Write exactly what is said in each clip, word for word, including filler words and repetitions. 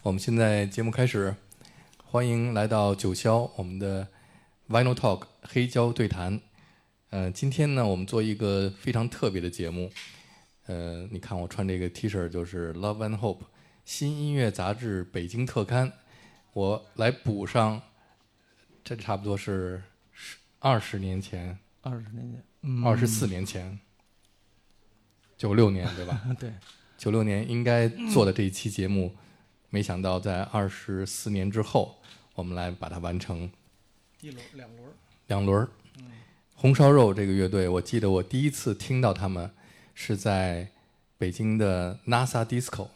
我们现在节目开始，欢迎来到九霄我们的 Vinyl Talk 黑胶对谈。呃，今天呢，我们做一个非常特别的节目。呃，你看我穿这个 T 恤就是 Love and Hope 新音乐杂志北京特刊，我来补上，这差不多是二十年前， 二十年前， 二十四年前，九六年对吧？ 对， 九六年应该做的这一期节目。没想到在二十四年之后，我们来把它完成。 一轮两轮。 两轮。嗯。红烧肉这个乐队，我记得我第一次听到他们是在北京的 NASA Disco，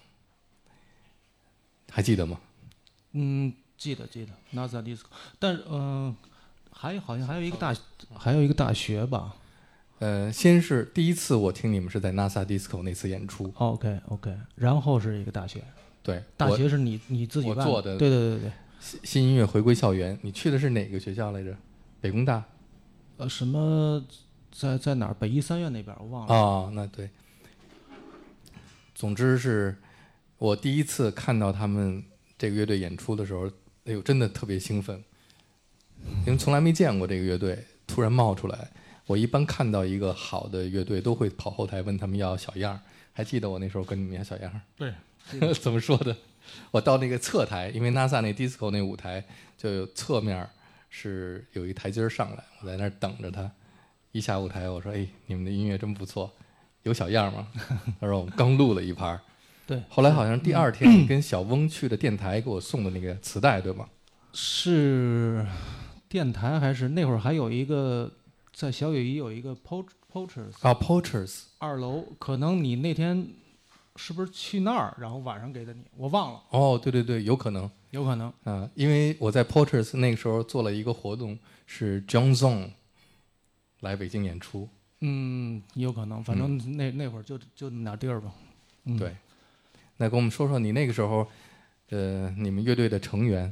还记得吗？ 嗯，记得记得 NASA Disco， 但是嗯、呃，还有好像还有一个大还有一个大学吧。 呃，先是第一次我听你们是在 NASA Disco 那次演出。 OK OK， 然后是一个大学。 对， 大学是你你自己办我做的。 对对对对。 新新音乐回归校园，你去的是哪个学校来着？北工大。 呃，什么在在哪儿？北医三院那边，我忘了。 哦，那对。总之是我第一次看到他们这个乐队演出的时候，哎呦，真的特别兴奋，因为从来没见过这个乐队突然冒出来。我一般看到一个好的乐队，都会跑后台问他们要小样。还记得我那时候跟你们要小样？ 对。 怎么说的？我到那个侧台，因为 NASA 那 disco 那舞台就有侧面是有一台阶上来，我在那儿等着他。一下舞台，我说：“哎，你们的音乐真不错，有小样吗？”他说：“我们刚录了一盘。” 对。 后来好像第二天跟小翁去的电台给我送的那个磁带，对吗？ 是电台还是那会儿还有一个在小友谊有一个 Poachers 啊 Poachers 二楼，可能你那天。是不是去那儿，然后晚上给的你？我忘了。 哦，对对对，有可能， 有可能。 啊、呃，因为我在 Porters 那个时候做了一个活动，是 John Zone 来北京演出。 嗯，有可能，反正那、嗯、那会儿就就那点地儿吧。嗯， 对。那跟我们说说你那个时候，呃，你们乐队的成员。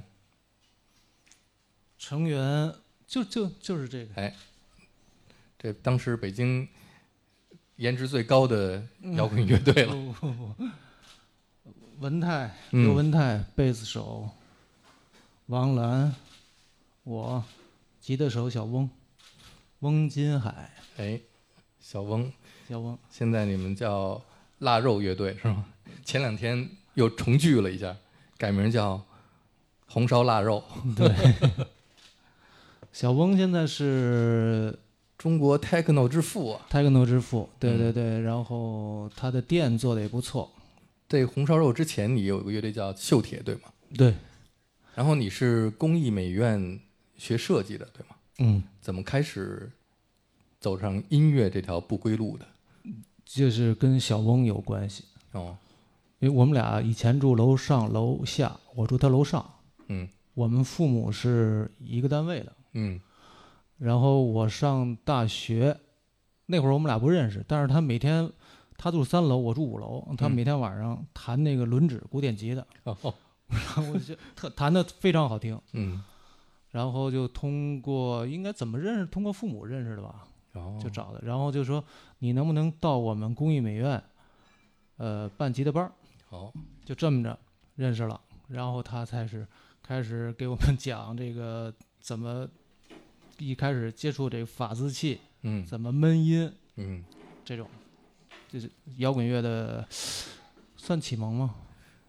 成员就就就是这个。 哎，这当时北京。颜值最高的摇滚乐队了。 嗯不不不文泰， 嗯、 刘文泰，贝斯手王兰，我，吉他手小翁，翁金海。 哎，小翁， 小翁， 现在你们叫腊肉乐队是吗？前两天又重聚了一下，改名叫红烧腊肉。 对。小翁现在是。 中国 techno 之父啊 ，techno 之父，对对对、嗯，然后他的店做的也不错。 这红烧肉之前你有个乐队叫锈铁，对吗？ 对。 然后你是工艺美院学设计的，对吗？ 嗯。 怎么开始走上音乐这条不归路的？ 就是跟小翁有关系。 哦。 因为我们俩以前住楼上楼下，我住他楼上。 嗯。 我们父母是一个单位的。 嗯。 然后我上大学，那会儿我们俩不认识，但是他每天，他住三楼，我住五楼，他每天晚上弹那个轮指古典吉他， 哦、 然后我就特弹得非常好听， 嗯， 然后就通过应该怎么认识？通过父母认识的吧， 哦、 就找的，然后就说你能不能到我们工艺美院，呃，办吉他班？ 好， 就这么着认识了，然后他才是开始给我们讲这个怎么。一开始接触这个法字器， 嗯， 怎么闷音， 嗯， 这种，就是摇滚乐的，算启蒙吗？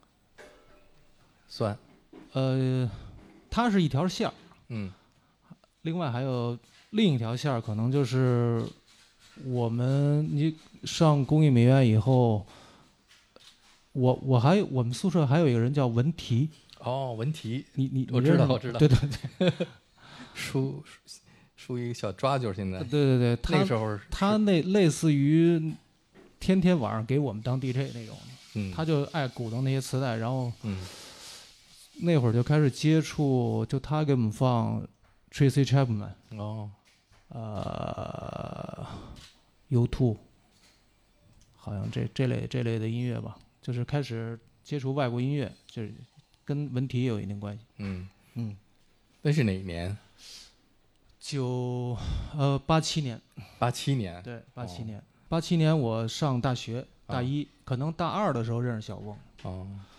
算， 呃，它是一条线儿， 嗯， 另外还有另一条线儿，可能就是我们你上工艺美院以后，我我还我们宿舍还有一个人叫文提， 哦，文提， 你你我知道我知道， 对对对。 梳梳一个小抓阄，现在对对对，他那时候他那类似于天天晚上给我们当 D J 那种， 嗯， 他就爱鼓捣那些磁带，然后嗯， 那会儿就开始接触，就他给我们放 Tracy Chapman， 哦， 呃 U 二 好像这这类这类的音乐吧，就是开始接触外国音乐，就是跟文体也有一定关系。 嗯嗯， 那是哪一年？ 九呃八七年。 八七年。 对，八七年。八七、哦、年我上大学大一、啊，可能大二的时候认识小翁。 哦。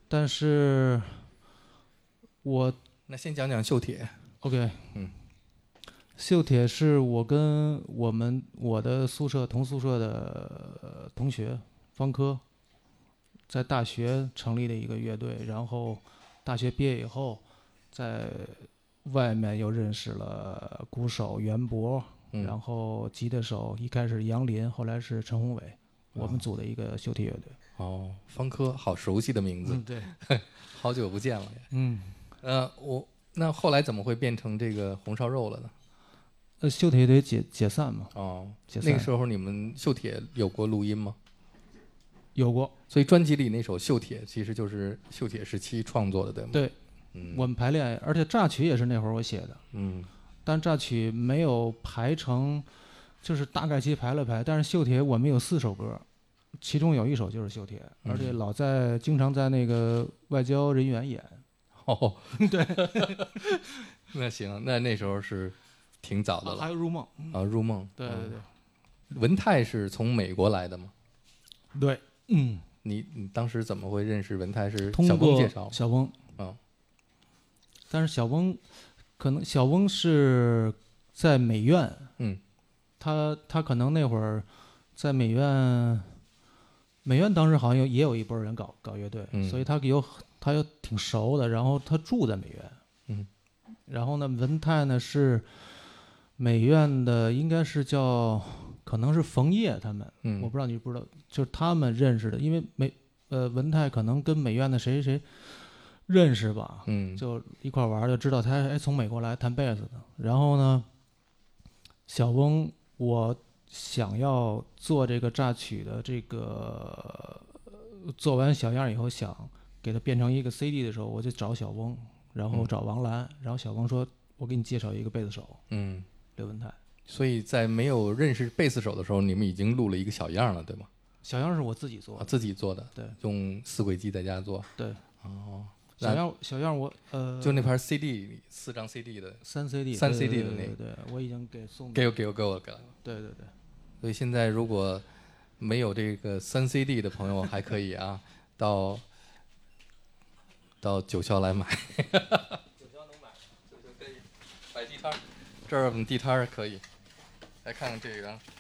但是我那先讲讲锈铁。 OK， 嗯， 锈铁是我跟我们我的宿舍同宿舍的、呃、同学方科在大学成立的一个乐队，然后大学毕业以后在外面又认识了鼓手袁博、 嗯、 然后吉他手一开始杨林，后来是陈宏伟，我们组的一个锈铁乐队。 哦，方科，好熟悉的名字。 嗯，对， 好久不见了也。 嗯， 呃，我那后来怎么会变成这个红烧肉了呢？ 呃，锈铁乐队解解散嘛。 哦， 解散那个时候你们锈铁有过录音吗？ 有过。 所以专辑里那首《锈铁》其实就是锈铁时期创作的，对吗？ 对， 嗯， 我们排练，而且乍曲也是那会儿我写的。 嗯， 但乍曲没有排成，就是大概其排了排。但是锈铁我们有四首歌，其中有一首就是锈铁， 嗯、 而且老在经常在那个外交人员演。 哦， 对， 那行，那那时候是挺早的了。 啊、还有入梦啊，入梦。 对对对。 嗯、文泰是从美国来的吗？ 对，嗯。 你你当时怎么会认识文泰？是通小翁介过绍？ 小翁。 嗯。 但是小翁，可能小翁是在美院。 嗯。 他他可能那会儿在美院，美院当时好像有也有一波人搞搞乐队， 嗯、 所以他有他有挺熟的。然后他住在美院。 嗯。 然后呢，文泰呢是美院的，应该是叫可能是冯烨他们， 嗯， 我不知道你不知道，就是他们认识的，因为美呃文泰可能跟美院的谁谁认识吧， 嗯， 就一块玩就知道他哎从美国来弹贝斯的。然后呢，小翁我想要做这个乍曲的这个，做完小样以后想给它变成一个 C D 的时候，我就找小翁，然后找王兰，然后小翁说我给你介绍一个贝斯手， 嗯， 刘文泰。 所以在没有认识贝斯手的时候，你们已经录了一个小样了，对吗？ 小样是我自己做的。 啊，自己做的。 对， 用四轨机在家做。 对。 哦， 小样小样我呃就那盘 C D 四张 C D 的。 三 C D。 三 C D 的那个。 对对对，我已经给送给我给我给我给了。 对对对。 所以现在如果没有这个三 C D 的朋友，还可以啊，到到九霄来买。九霄能买，九霄可以摆地摊，这儿我们地摊可以。来看看这个。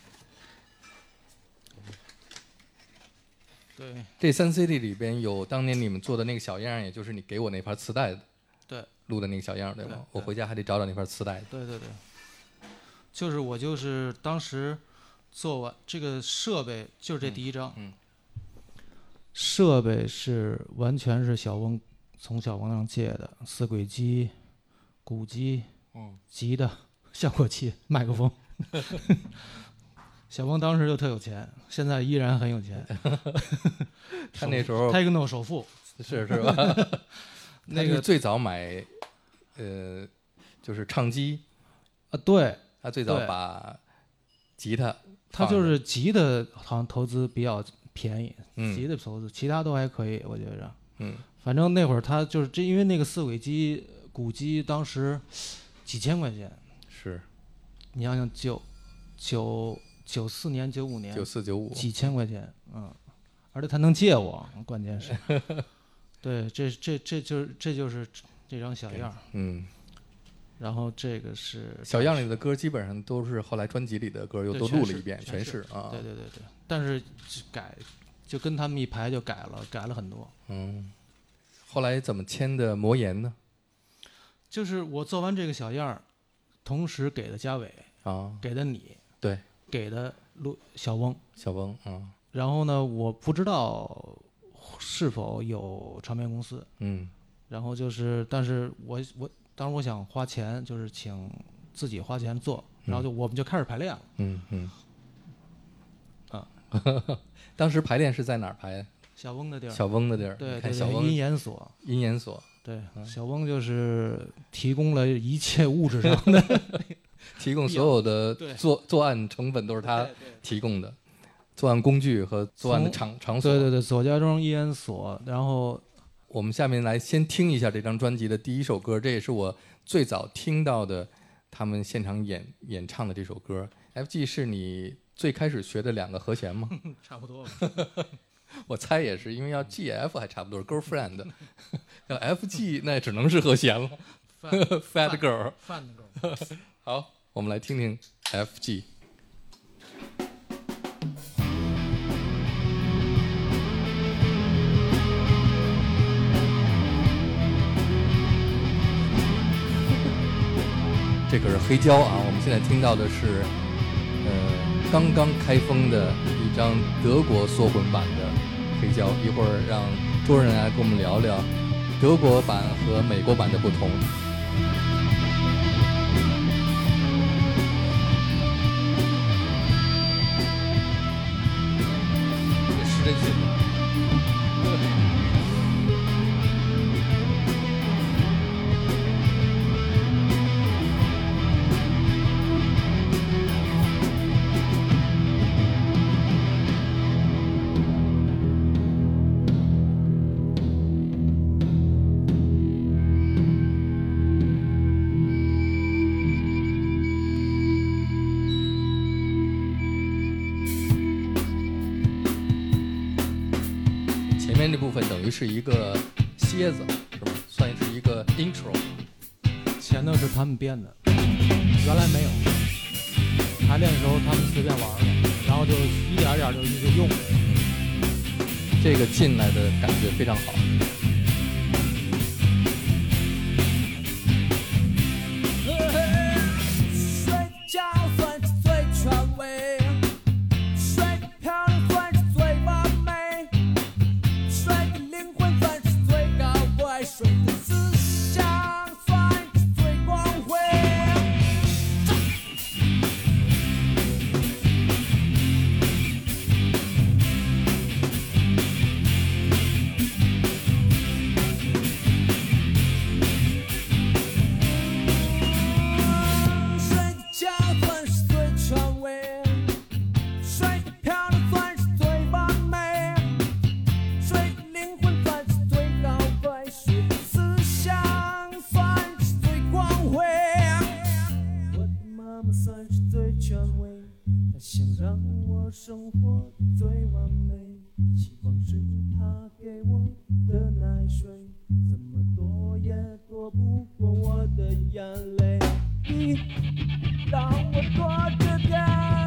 对， 这三 C D 里边有当年你们做的那个小样，也就是你给我那盘磁带的。 对。 录的那个小样，对吗？ 对对， 我回家还得找找那盘磁带。 对对对。就是我就是当时做完这个设备，就是这第一张。 嗯。嗯设备是完全是小翁从小翁那借的，四轨机、鼓机、 嗯、 吉他、效果器、麦克风。小翁当时就特有钱，现在依然很有钱。 他那时候 Techno 首富。 是是吧？ 那个最早买，呃，就是唱机。 啊，对。 他最早把吉他。 他就是吉他好像投资比较便宜， 嗯、 吉他投资，其他都还可以，我觉着。 嗯。 反正那会儿他就是这，因为那个四轨机、鼓机当时几千块钱。 是。 你想想九九九四年、九五年。 九四九五。 几千块钱，嗯，而且他能借我，关键是。对，这这这就是这就是这张小样。 嗯。 然后这个是小样里的歌，基本上都是后来专辑里的歌，又都录了一遍，全是啊。 对对对对，但是改，就跟他们一排就改了，改了很多。 嗯。后来怎么签的魔岩呢？ 就是我做完这个小样，同时给的嘉伟啊， 给的你， 对， 给的陆小翁， 小翁啊。 然后呢，我不知道是否有唱片公司。 嗯。 然后就是，但是我我。当时我想花钱，就是请自己花钱做，然后就我们就开始排练了。 嗯嗯。 啊， 当时排练是在哪儿排？ 小翁的地儿。 小翁的地儿。 对对对。 音研所。 音研所。 对，嗯、小翁就是提供了一切物质上的， 提供所有的作作案成本都是他提供的，作案工具和作案的场场所。 对对对，左家庄音研所，然后。 我们下面来先听一下这张专辑的第一首歌，这也是我最早听到的他们现场演演唱的这首歌。F G 是你最开始学的两个和弦吗？ 差不多吧。 我猜也是，因为要 G F 还差不多是 girlfriend， 要 F G 那只能是和弦了。Fat girl， Fat girl。 好，我们来听听 F G。这可是黑胶啊！我们现在听到的是，呃，刚刚开封的一张德国缩混版的黑胶。一会儿让周人来跟我们聊聊德国版和美国版的不同。这失真性。这部分等于是一个蝎子，是吧？算是一个 intro。 前头是他们编的，原来没有。排练的时候他们随便玩的，然后就一点一点就就用了。 这个进来的感觉非常好。 生活最完美，希望是他给我的奶水，怎么躲也躲不过我的眼泪。你让我多着点，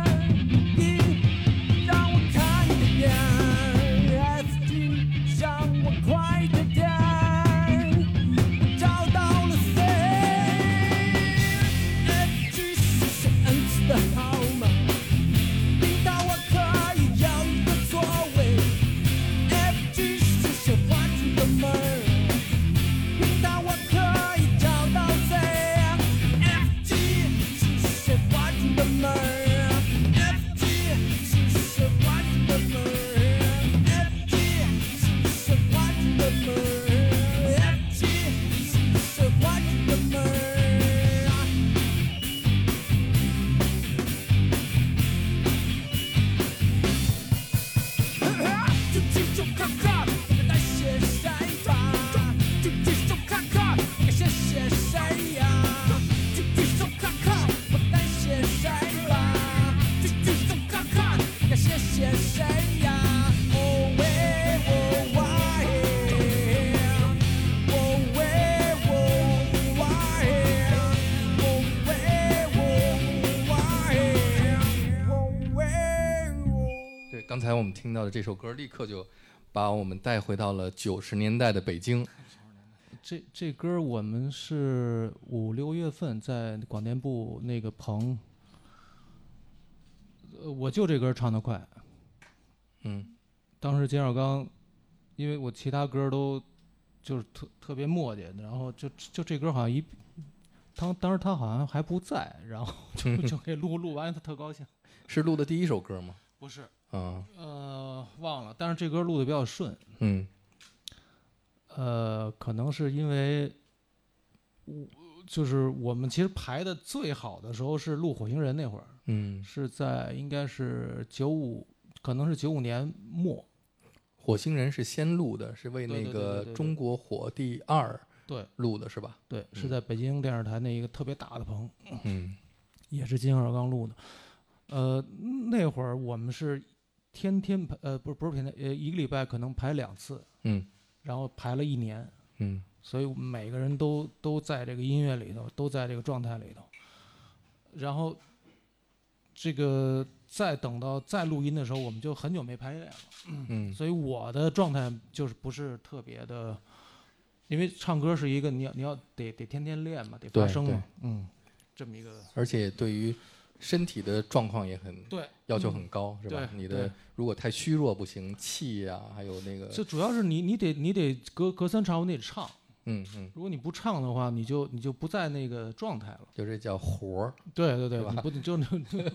你让我看着点 ，S G 让我快着点，我找到了谁 ？S G 是谁 N 次的号码？ 刚才我们听到的这首歌，立刻就把我们带回到了九十年代的北京。 这这歌我们是五六月份在广电部那个棚，呃，我就这歌唱得快。 嗯， 当时金小刚，因为我其他歌都就是特特别磨叽，然后就就这歌好像一，当当时他好像还不在，然后就就给录录完，他特高兴。 是录的第一首歌吗？ 不是。 啊， 呃，忘了，但是这歌录的比较顺。 嗯， 呃，可能是因为，我就是我们其实排的最好的时候是录《火星人》那会儿， 嗯， 是在应该是九五，可能是九五年末。 火星人是先录的，是为那个《中国火》第二对录的是吧？ 对，是在北京电视台那一个特别大的棚， 嗯， 也是金小刚录的。呃，那会儿我们是天天排，呃，不是不是天天，呃，一个礼拜可能排两次， 嗯然后排了一年， 嗯所以每个人都都在这个音乐里头，都在这个状态里头。然后这个再等到再录音的时候，我们就很久没排练了， 嗯所以我的状态就是不是特别的，因为唱歌是一个你要你要得得天天练嘛，得发声嘛，嗯，这么一个， 而且对于身体的状况也很对， 要求很高，是吧？ 对你的对如果太虚弱不行，气呀、还有那个， 这主要是你你得你得隔隔三差五你得唱， 嗯嗯， 如果你不唱的话，你就你就不在那个状态了。 就这叫活儿。 对对对， 是吧你不你就就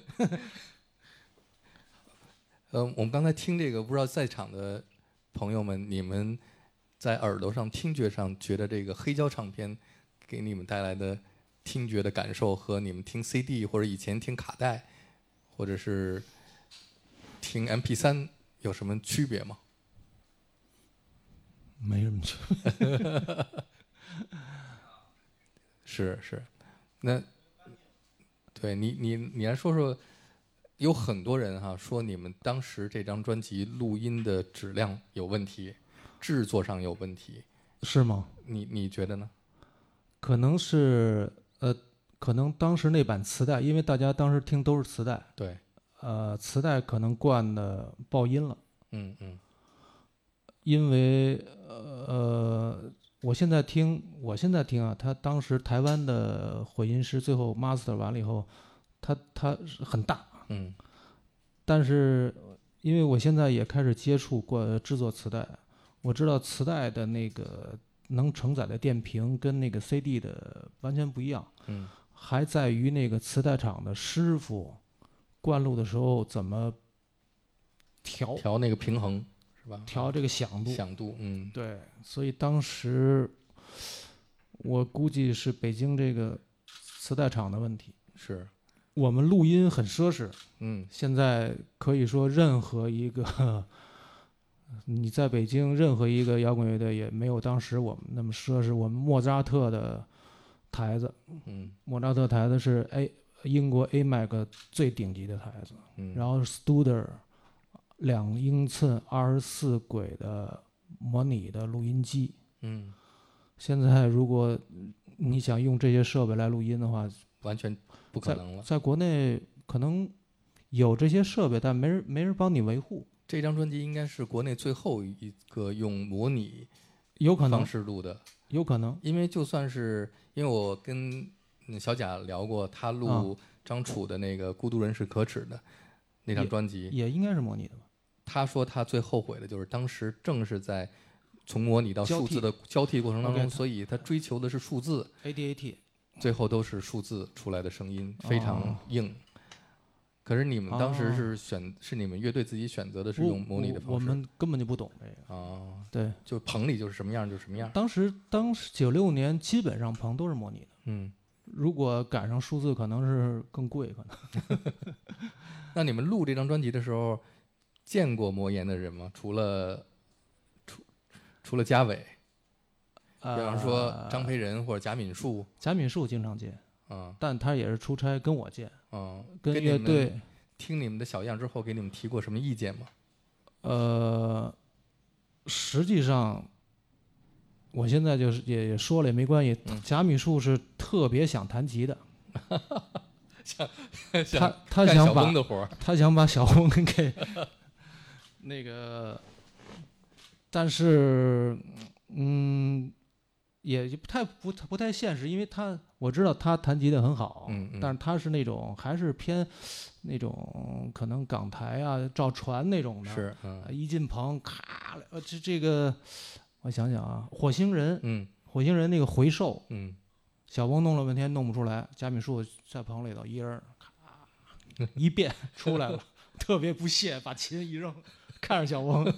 呃，我们刚才听这个，不知道在场的朋友们，你们在耳朵上、听觉上觉得这个黑胶唱片给你们带来的听觉的感受，和你们听 C D 或者以前听卡带，或者是听 M P 三有什么区别吗？ 没什么区别。 是是，那对你你你来说说，有很多人哈说你们当时这张专辑录音的质量有问题，制作上有问题， 是吗？ 你你觉得呢？ 可能是呃，可能当时那版磁带，因为大家当时听都是磁带， 对， 呃，磁带可能灌的爆音了， 嗯嗯因为呃，我现在听，我现在听啊，他当时台湾的混音师最后 master 完了以后，他他是很大， 嗯但是因为我现在也开始接触过制作磁带，我知道磁带的那个能承载的电平跟那个 C D 的完全不一样， 嗯还在于那个磁带厂的师傅灌录的时候怎么调调那个平衡是吧？ 调这个响度。 响度，嗯对，所以当时我估计是北京这个磁带厂的问题。 是， 我们录音很奢侈， 嗯现在可以说任何一个你在北京任何一个摇滚乐队也没有当时我们那么奢侈。我们莫扎特的台子， 嗯莫扎特台子是 A 英国 A M A C 最顶级的台子， 嗯， 然后 Studer 两英寸二十四轨的模拟的录音机。 嗯现在如果你想用这些设备来录音的话， 完全不可能了。 在国内可能有这些设备，但没人没人帮你维护， 这张专辑应该是国内最后一个用模拟有可能方，式录的， 有可能， 因为就算是因为我跟嗯小贾聊过，他录啊张楚的那个《孤独人是可耻的》那张专辑， 也应该是模拟的吧？ 他说他最后悔的就是当时正是在从模拟到数字的交替过程当中， OK 所以他追求的是数字， A D A T 最后都是数字出来的声音，非常哦硬。可是你们当时是选，是你们乐队自己选择的是用模拟的方式， 我我们根本就不懂这个。 啊， 对， 就棚里就是什么样就是什么样。 当时当时九六年基本上棚都是模拟的， 嗯， 如果赶上数字，可能是更贵，可能。 那你们录这张专辑的时候，见过魔岩的人吗？除了除除了嘉伟，比方说张培仁或者贾敏树， 贾敏树经常见， 啊但他也是出差跟我见， 啊， 跟跟你们乐队。 听你们的小样之后，给你们提过什么意见吗？ 呃，实际上，我现在就是也也说了也没关系。 嗯贾米树是特别想弹吉的， 想他想干小他想把峰的活儿， 他想把小红给那个，但是嗯，也不太不不太现实，因为他我知道他弹吉的很好， 嗯嗯但是他是那种还是偏那种可能港台啊赵传那种的， 是嗯啊一进棚咔，呃这这个我想想啊，火星人， 嗯火星人那个回授， 嗯， 小翁弄了半天弄不出来，贾敏树在棚里头一人咔一变出来了，特别不屑，把琴一扔，看着小翁。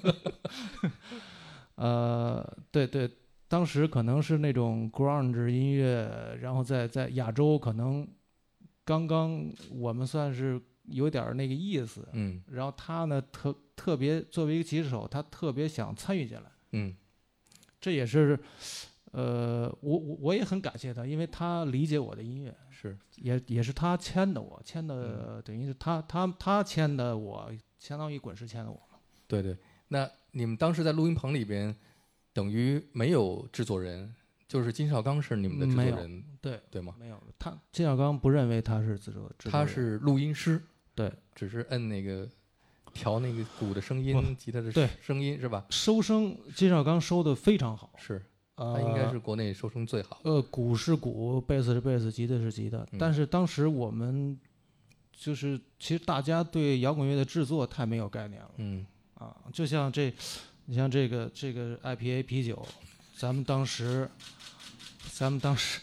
呃，对对，当时可能是那种 grunge 音乐，然后在在亚洲可能刚刚我们算是有点那个意思， 嗯然后他呢特特别作为一个吉他手，他特别想参与进来， 嗯这也是。呃，我我我也很感谢他，因为他理解我的音乐， 是也也是他签的我，签的、 嗯等于是他他他签的我相当于滚石签的我嘛。 对对，那你们当时在录音棚里边，等于没有制作人，就是金少刚是你们的制作人， 对对吗？ 没有，他金小刚不认为他是制作，制作人他是录音师， 对， 只是摁那个调那个鼓的声音、吉他的对声音是吧？ 收声，金少刚收的非常好， 是， 呃、 他应该是国内收声最好的。 呃，鼓是鼓，贝斯是贝斯，吉他是吉他。 嗯但是当时我们就是，其实大家对摇滚乐的制作太没有概念了嗯啊。就像这，你像这个这个 I P A 啤酒，咱们当时，咱们当时，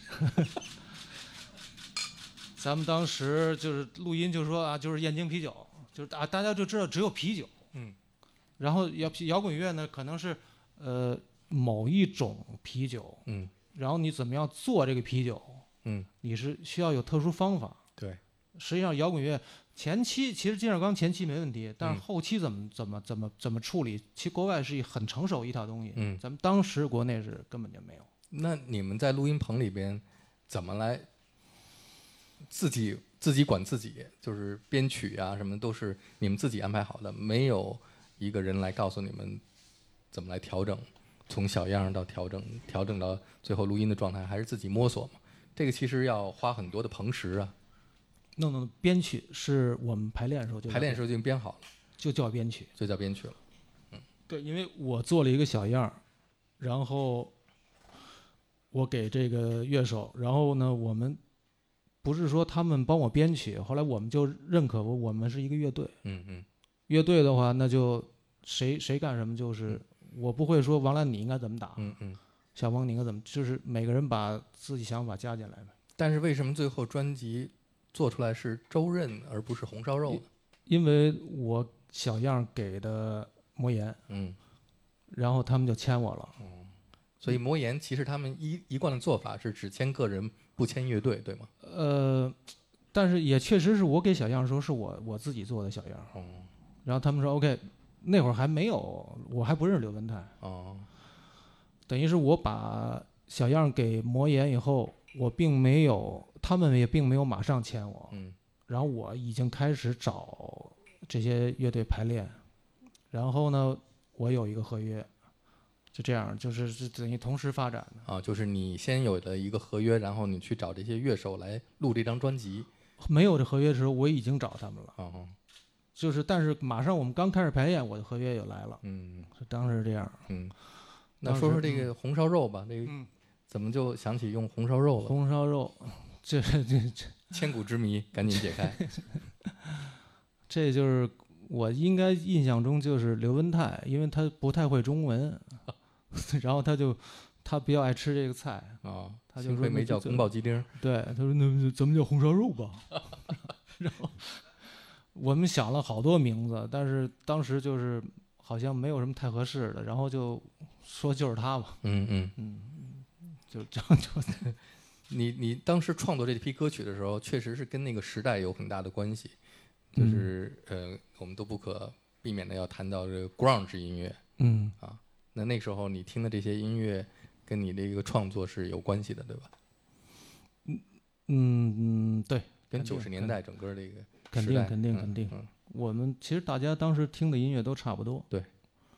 咱们当时就是录音就说啊，就是燕京啤酒，就是啊，大家就知道只有啤酒。 嗯。 然后摇摇滚乐呢，可能是呃某一种啤酒。 嗯然后你怎么样做这个啤酒？ 嗯， 你是需要有特殊方法。 对， 实际上摇滚乐前期其实金少刚前期没问题，但是嗯后期怎么怎么怎么怎么处理，其实国外是很成熟一套东西。 嗯， 咱们当时国内是根本就没有。 那你们在录音棚里边怎么来自己自己管自己？就是编曲啊什么的都是你们自己安排好的，没有一个人来告诉你们怎么来调整，从小样到调整，调整到最后录音的状态，还是自己摸索嘛？这个其实要花很多的棚时啊。 弄弄编曲是我们排练的时候就排练的时候就已经编好了， 就叫编曲， 就叫编曲了。 对，因为我做了一个小样儿，然后我给这个乐手，然后呢，我们不是说他们帮我编曲，后来我们就认可我我们是一个乐队。 嗯嗯乐队的话，那就谁谁干什么，就是我不会说王兰你应该怎么打， 嗯嗯。 小鹏你应该怎么，就是每个人把自己想法加进来呗。 但是为什么最后专辑做出来是周润而不是红烧肉呢？ 因为我小样给的魔岩， 嗯， 然后他们就签我了。 所以魔岩其实他们一一贯的做法是只签个人不签乐队，对吗？ 呃，但是也确实是我给小样的时候是我我自己做的小样， 哦然后他们说 OK， 那会儿还没有，我还不认识刘文泰， 哦， 等于是我把小样给魔岩以后，我并没有，他们也并没有马上签我， 嗯然后我已经开始找这些乐队排练，然后呢，我有一个合约，就这样，就是是等于同时发展的。 啊，就是你先有了一个合约，然后你去找这些乐手来录这张专辑。 没有这合约的时候，我已经找他们了， 哦， 就是但是马上我们刚开始排练，我的合约就来了， 嗯是当时是这样。 嗯，那当时说说这个红烧肉吧，这个嗯， 怎么就想起用红烧肉了？ 红烧肉，这这这千古之谜，赶紧解开。 这就是我应该印象中就是刘文泰，因为他不太会中文，然后他就他比较爱吃这个菜， 啊， 他就幸亏没叫说那就宫保鸡丁。 对，他说那咱们叫红烧肉吧。然后我们想了好多名字，但是当时就是好像没有什么太合适的，然后就说就是他吧， 嗯嗯， 嗯，就这样就你你当时创作这批歌曲的时候，确实是跟那个时代有很大的关系， 嗯就是、呃，我们都不可避免的要谈到这个 grunge 音乐。 嗯那那时候你听的这些音乐，跟你的一个创作是有关系的，对吧？ 嗯嗯，对， 跟肯定九十年代整个这个肯定时代嗯肯定肯定嗯我们其实大家当时听的音乐都差不多。 对。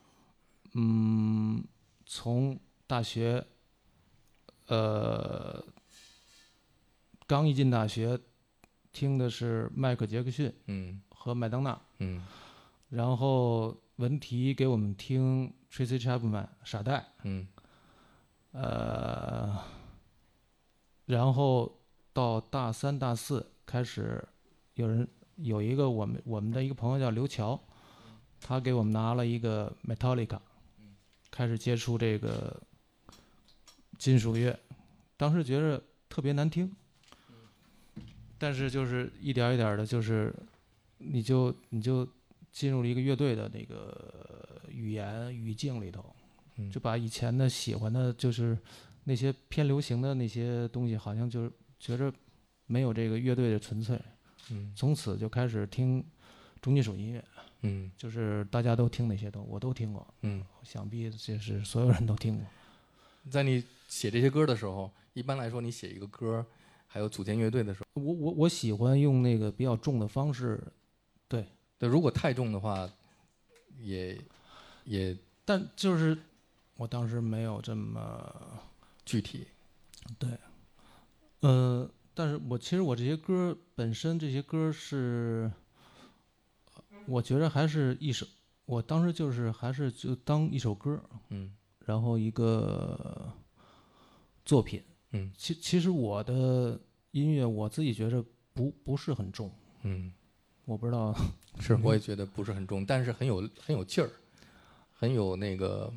嗯，从大学，呃，刚一进大学，听的是迈克杰克逊嗯和麦当娜， 嗯然后文提给我们听 Tracy Chapman 傻代， 嗯呃，然后到大三大四开始，有人有一个我们我们的一个朋友叫刘乔，他给我们拿了一个 Metallica，开始接触这个金属乐，当时觉得特别难听，但是就是一点一点的，就是你就你就进入了一个乐队的那个语言语境里头， 嗯就把以前的喜欢的，就是那些偏流行的那些东西，好像就是觉着没有这个乐队的纯粹， 嗯从此就开始听重金属音乐， 嗯就是大家都听那些东西，我都听过， 嗯， 想必这是所有人都听过。 在你写这些歌的时候，一般来说，你写一个歌，还有组建乐队的时候， 我我我喜欢用那个比较重的方式，对， 对，如果太重的话，也也但就是我当时没有这么具体。 对，呃，但是我其实我这些歌本身这些歌是，我觉得还是一首，我当时就是还是就当一首歌， 嗯， 然后一个作品， 嗯， 其其实我的音乐我自己觉得不不是很重， 嗯， 我不知道， 是，我也觉得不是很重，但是很有很有劲儿，很有那个，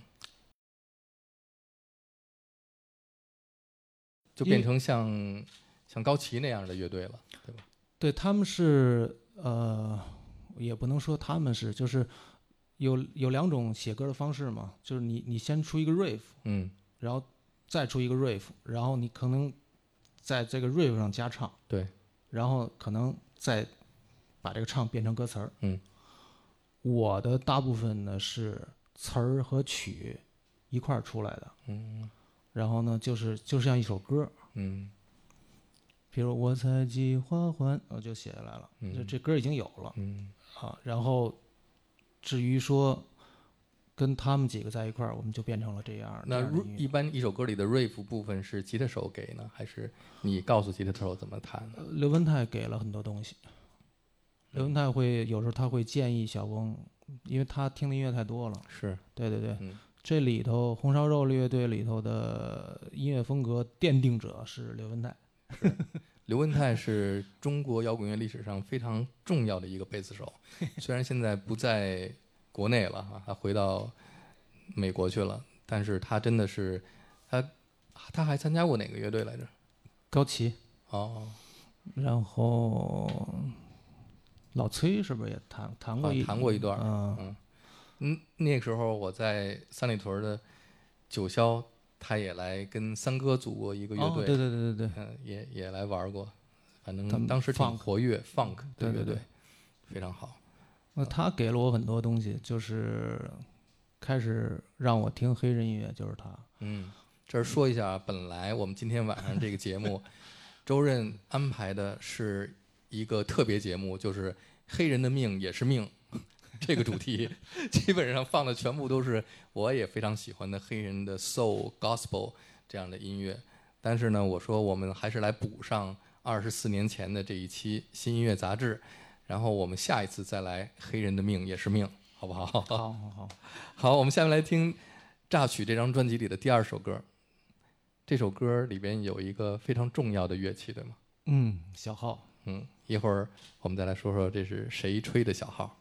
就变成像像高旗那样的乐队了，对吧？ 对，他们是呃，也不能说他们是，就是有有两种写歌的方式嘛，就是你你先出一个 riff， 嗯， 然后再出一个 riff，然后你可能在这个 riff 上加唱， 对， 然后可能再把这个唱变成歌词儿。 嗯， 我的大部分呢是词儿和曲一块儿出来的， 嗯， 然后呢就是就像一首歌， 嗯， 比如我采集花环，我就写下来了， 嗯这这歌已经有了， 嗯， 啊，然后至于说跟他们几个在一块儿，我们就变成了这样。 那这样的音乐一般一首歌里的 riff 部分是吉他手给呢，还是你告诉吉他手怎么弹呢？ 呃刘文泰给了很多东西，刘文泰会有时候他会建议小翁，因为他听的音乐太多了。 是， 对对对， 嗯， 这里头红烧肉乐队里头的音乐风格奠定者是刘文泰。 是。刘文泰是中国摇滚乐历史上非常重要的一个贝斯手，虽然现在不在国内了哈，他回到美国去了，但是他真的是，他他还参加过哪个乐队来着？ 高旗， 哦， 然后老崔是不是也弹弹过一、 啊弹过一段？ 嗯嗯嗯，那个时候我在三里屯的九霄，他也来跟三哥组过一个乐队， 哦，对对对对对， 嗯，也也来玩过，反他们正当时挺 funk 活跃 ，funk 对对对乐队非常好。 那他给了我很多东西，就是开始让我听黑人音乐，就是他。 嗯，这儿说一下，本来我们今天晚上这个节目，周任安排的是一个特别节目，就是黑人的命也是命这个主题，基本上放的全部都是我也非常喜欢的黑人的 soul gospel 这样的音乐。但是呢，我说我们还是来补上二十四年前的这一期新音乐杂志，然后我们下一次再来黑人的命也是命，好不好？ 好好好， 好，我们下面来听《榨取》这张专辑里的第二首歌。这首歌里边有一个非常重要的乐器，对吗？ 嗯，小号， 嗯，一会儿我们再来说说这是谁吹的小号。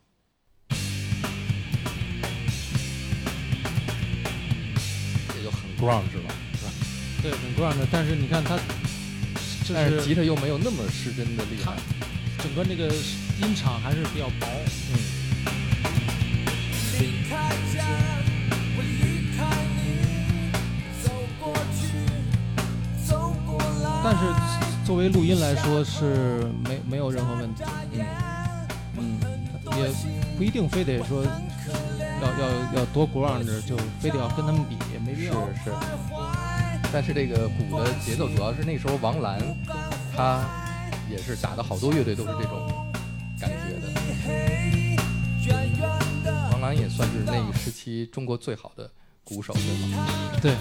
这就很 grunge 了，是吧？ 对，很 grunge 的，但是你看他，就但是是吉他又没有那么失真的厉害。 整个那个音场还是比较薄。 嗯， 离开家，我离开你，走过去，走过来。 但是作为录音来说是没没有任何问题。嗯嗯，也不一定非得说要要要多 grunge 就非得要跟他们比，也没必要。 是是。但是这个鼓的节奏主要是那时候王兰，他也是打的好多乐队都是这种感觉的。王兰也算是那个时期中国最好的鼓手，对吗？ 对，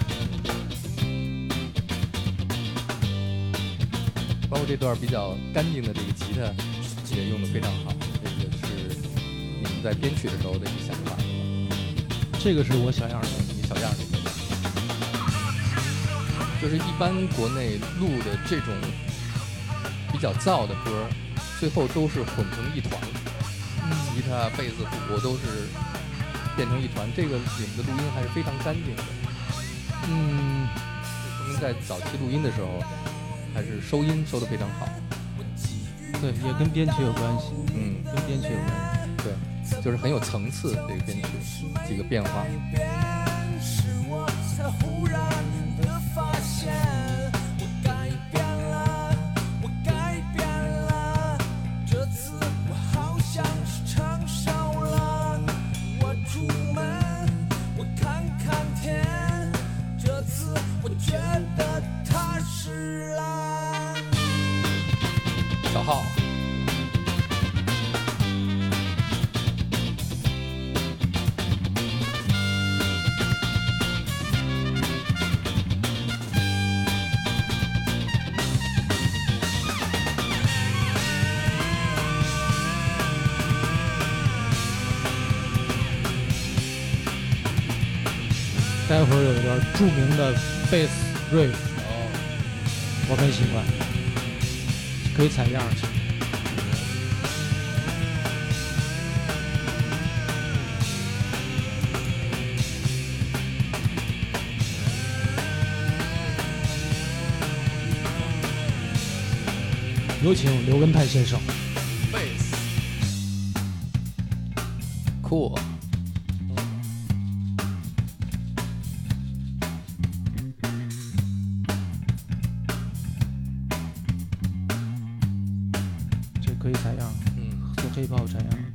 包括这段比较干净的这个吉他也用的非常好，这个是你们在编曲的时候的一个想法， 这个是我小样的。 你小样的一个。就是一般国内录的这种比较燥的歌，最后都是混成一团，吉他、贝斯、鼓都是变成一团。这个你们的录音还是非常干净的， 嗯， 说明在早期录音的时候，还是收音收得非常好。 对，也跟编曲有关系。 嗯， 跟编曲有关系。 对，就是很有层次这个编曲，几个变化。 是我才忽然的发现，我改变了，我改变了。这次我好像是成熟了。我出门，我看看天，这次我觉得踏实了。 小号。 待会儿有一段著名的贝斯 riff，我很喜欢，可以采样去。有请刘文泰先生。 贝斯，酷。 这可以采样， 嗯， 做黑炮采样。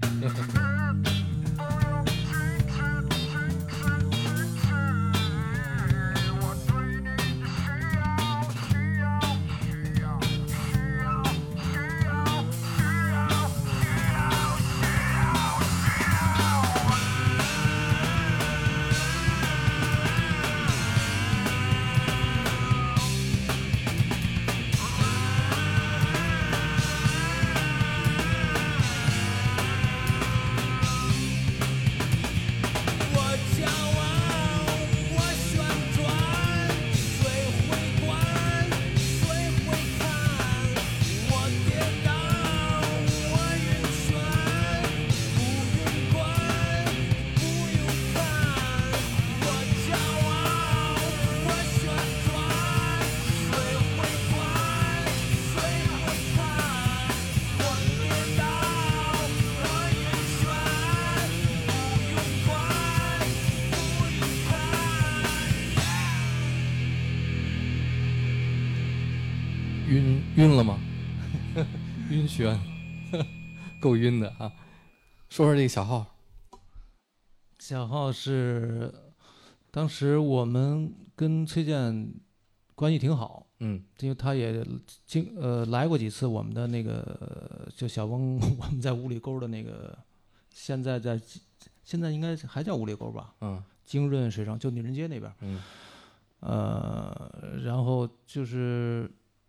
晕晕了吗？晕眩，够晕的啊！说说这个小号。 小号是当时我们跟崔健关系挺好， 嗯， 因为他也经呃来过几次我们的那个就小翁我们在五里沟的那个，现在在现在应该还叫五里沟吧？ 嗯， 京润水上就女人街那边。 嗯， 呃，然后就是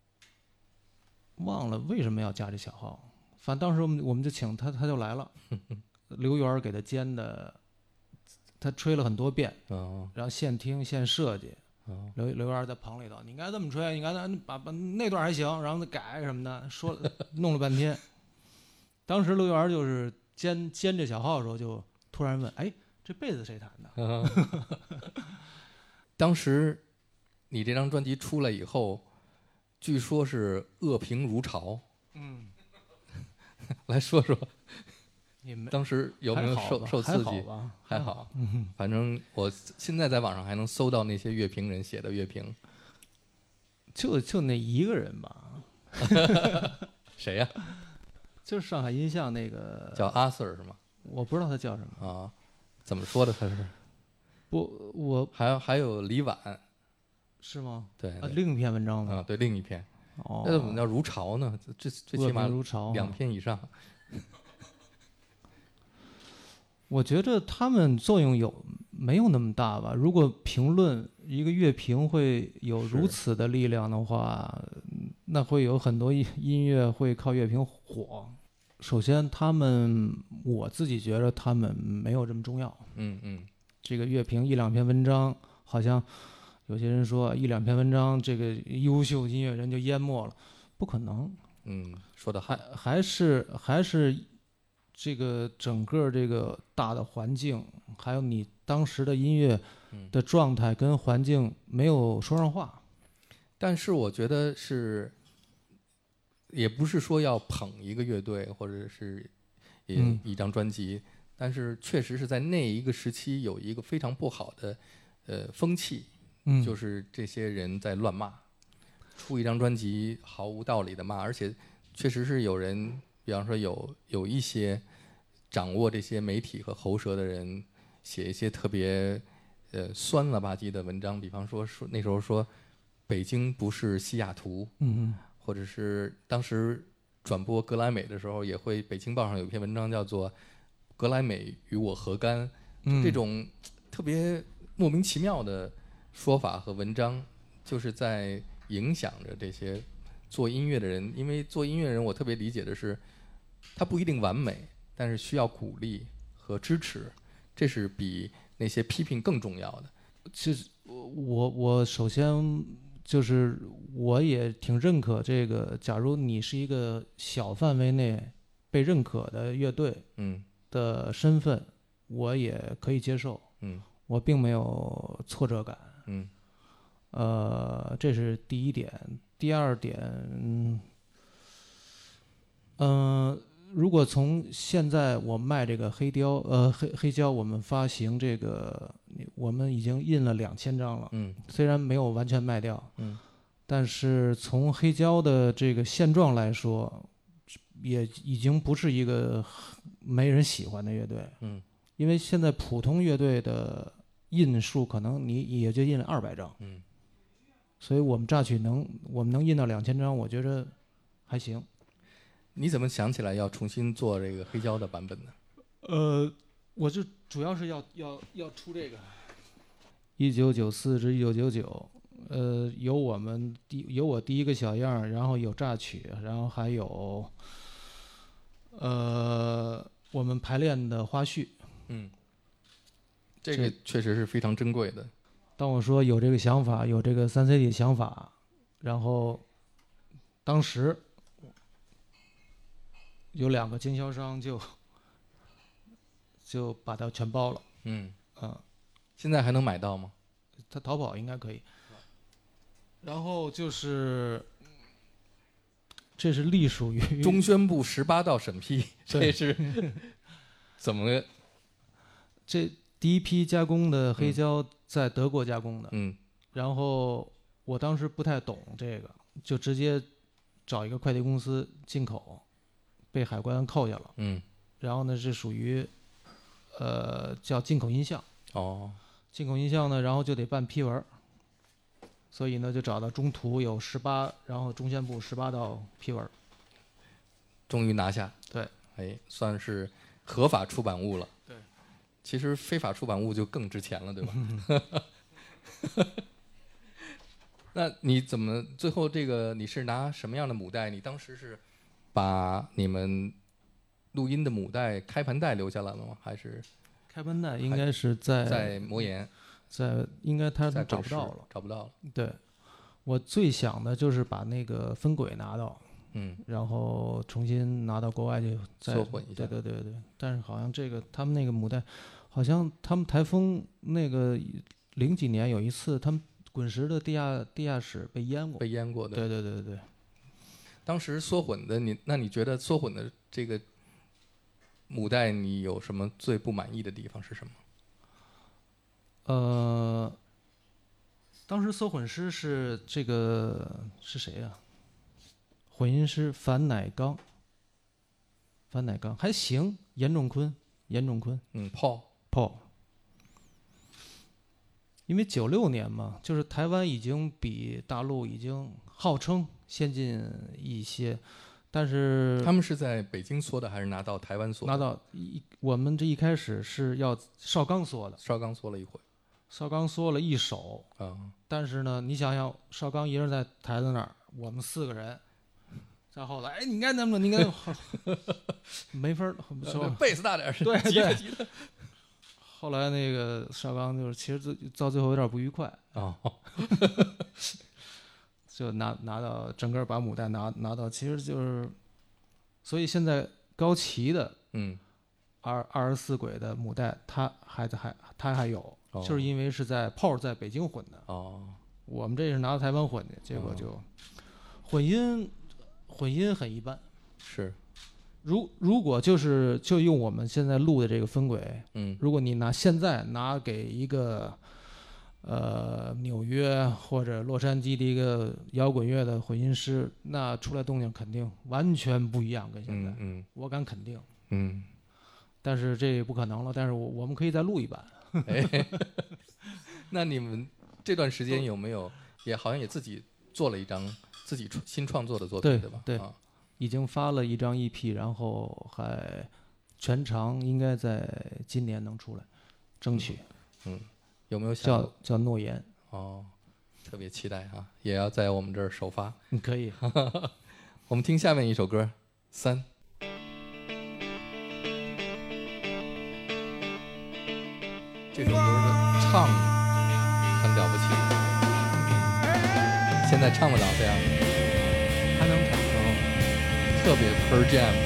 忘了为什么要加这小号，反正当时我们我们就请他，他就来了，刘源给他监的，他吹了很多遍， 哦， 然后现听现设计。 哦， 刘刘源在棚里头，你应该这么吹，你应该把把那段还行，然后再改什么的，说弄了半天。当时刘源就是监监这小号的时候，就突然问：“哎，这贝斯谁弹的？” 嗯、当时你这张专辑出来以后，据说是恶评如潮。 嗯， 来说说， 你们当时有没有受受刺激？ 还好吧， 还好， 嗯， 反正我现在在网上还能搜到那些乐评人写的乐评。 就就那一个人吧。 谁呀、 就是上海音像那个叫阿 Sir 是吗？ 我不知道他叫什么。 啊，怎么说的？他是不，我还有还有李婉， 是吗？ 对， 啊， 对另一篇文章吗？ 啊，对，另一篇。 哦， 那怎么叫如潮呢？这最起码恶评如潮两篇以上。 我觉得他们作用有没有那么大吧？如果评论一个乐评会有如此的力量的话，那会有很多音乐会靠乐评火。首先，他们我自己觉得他们没有这么重要。 嗯嗯， 这个乐评一两篇文章，好像有些人说一两篇文章，这个优秀音乐人就淹没了，不可能。 嗯，说的好。 还还是还是这个整个这个大的环境，还有你当时的音乐的状态跟环境没有说上话。 但是我觉得是，也不是说要捧一个乐队或者是一、 嗯、 一张专辑，但是确实是在那一个时期有一个非常不好的呃风气， 嗯， 就是这些人在乱骂，出一张专辑毫无道理的骂，而且确实是有人，比方说有有一些掌握这些媒体和喉舌的人，写一些特别呃酸了吧唧的文章，比方说说那时候说北京不是西雅图， 嗯， 或者是当时转播格莱美的时候，也会北京报上有一篇文章叫做《格莱美与我何干》， 嗯， 这种特别莫名其妙的说法和文章，就是在影响着这些做音乐的人。因为做音乐人，我特别理解的是，他不一定完美，但是需要鼓励和支持，这是比那些批评更重要的。 其实我我首先就是我也挺认可这个，假如你是一个小范围内被认可的乐队嗯的身份，我也可以接受， 嗯我并没有挫折感。 嗯呃，这是第一点。第二点，嗯、呃，如果从现在我卖这个黑雕，呃，黑黑胶，我们发行这个，我们已经印了两千张了， 嗯虽然没有完全卖掉， 嗯但是从黑胶的这个现状来说，也已经不是一个没人喜欢的乐队， 嗯因为现在普通乐队的印数可能你也就印了二百张， 嗯， 所以我们榨取能我们能印到两千张，我觉得还行。 你怎么想起来要重新做这个黑胶的版本呢？ 呃，我就主要是要要要出这个一九九四至一九九九，呃，有我们第有我第一个小样，然后有榨取，然后还有呃我们排练的花絮。 嗯，这个确实是非常珍贵的。 当我说有这个想法，有这个三 C D 的想法，然后当时有两个经销商就就把它全包了。 嗯嗯， 现在还能买到吗？ 它淘宝应该可以。然后就是，这是隶属于中宣部十八道审批，这是怎么个？ 这第一批加工的黑胶在德国加工的， 嗯然后我当时不太懂这个，就直接找一个快递公司进口，被海关扣下了。 嗯然后呢是属于呃叫进口音像， 哦进口音像呢，然后就得办批文，所以呢就找到中途有十八，然后中宣部十八道批文。 终于拿下。 对， 哎，算是合法出版物了。 对， 其实非法出版物就更值钱了，对吧？那你怎么最后这个你是拿什么样的母带？你当时是把你们录音的母带开盘带留下来了吗？还是开盘带应该是在在魔岩？ 在应该他在滚石找不到了， 找不到了。 对，我最想的就是把那个分轨拿到， 嗯， 然后重新拿到国外去再缩混一下对对对对，但是好像这个他们那个母带，好像他们台风那个零几年有一次，他们滚石的地下地下室被淹过。 被淹过的。 对对对对， 当时缩混的你，那你觉得缩混的这个母带，你有什么最不满意的地方是什么？ 呃，当时搜混师是这个是谁呀、混音师樊乃刚，樊乃刚还行，严仲坤，严仲坤嗯，Paul。 Paul。因为九六年嘛，就是台湾已经比大陆已经号称先进一些，但是他们是在北京缩的，还是拿到台湾缩的？ 拿到一我们这一开始是要邵刚缩的， 邵刚缩了一回。 邵刚缩了一首， 啊， 但是呢，你想想，邵刚一人在台子那儿，我们四个人，再后来，哎，你应该那么，你应该没法儿说。 贝斯大点儿， 对吉他对吉他。 后来那个邵刚就是，其实最到最后有点不愉快， 哦， 就拿拿到整个把母带拿拿到，其实就是，所以现在高旗的嗯， 二二十四轨的母带，它还在还它还有， 哦就是因为是在炮在北京混的， 哦， 我们这是拿到台湾混的，结果就混音混音很一般。 是， 如如果就是就用我们现在录的这个分轨， 嗯如果你拿现在拿给一个呃纽约或者洛杉矶的一个摇滚乐的混音师，那出来动静肯定完全不一样，跟现在， 嗯嗯我敢肯定。 嗯， 但是这也不可能了，但是我我们可以再录一版。 哎，那你们这段时间有没有也好像也自己做了一张自己创新创作的作品， 对对吧？ 对啊， 已经发了一张 E P， 然后还全长应该在今年能出来，争取。 嗯，有没有想叫过叫诺言。 哦，特别期待啊，也要在我们这儿首发。 你可以。 我们听下面一首歌，三。这首歌的唱现在唱不了这样， 还能唱， 特别 Pearl Jam。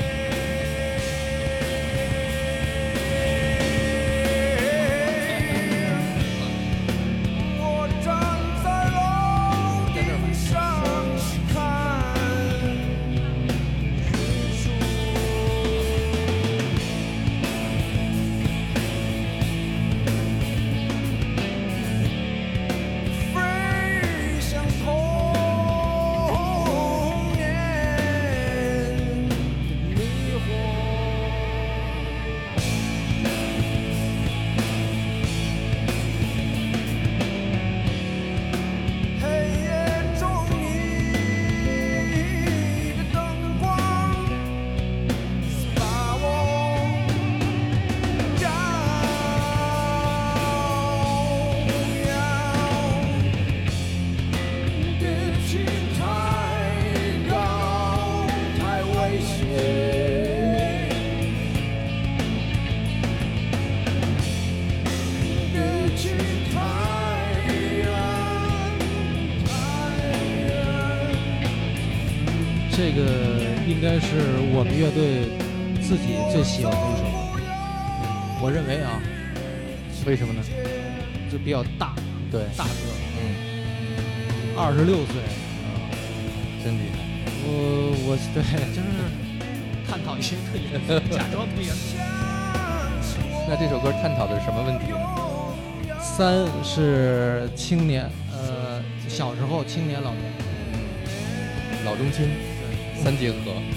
这个应该是我们乐队自己最喜欢的一首歌，我认为啊， 为什么呢？ 就比较大， 对， 大个， 嗯， 二十六岁， 啊，真厉害。 我我对，就是探讨一些特严肃，假装特严肃。 那这首歌探讨的是什么问题呢？ 三是青年，呃，小时候、青年、老年， 老中青三结合。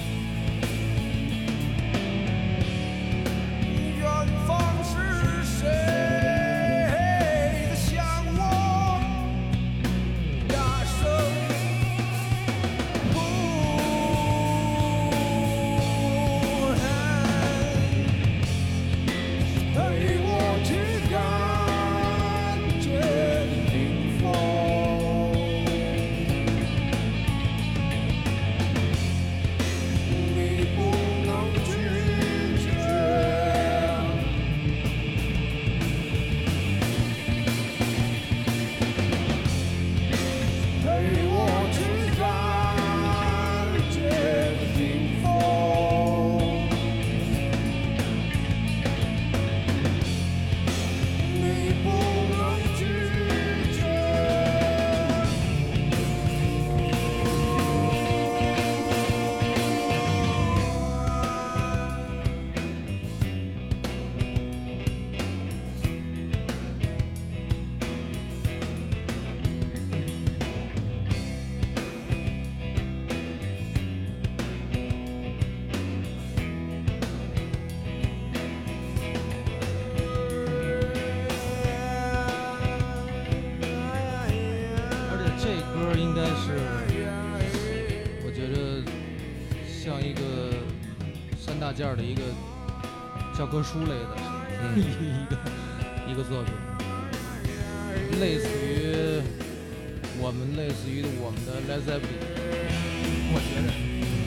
应该是，我觉得像一个三大件的一个教科书类的，嗯、一个一个作品，类似于我们类似于我们的 Led Zeppelin， 我觉得。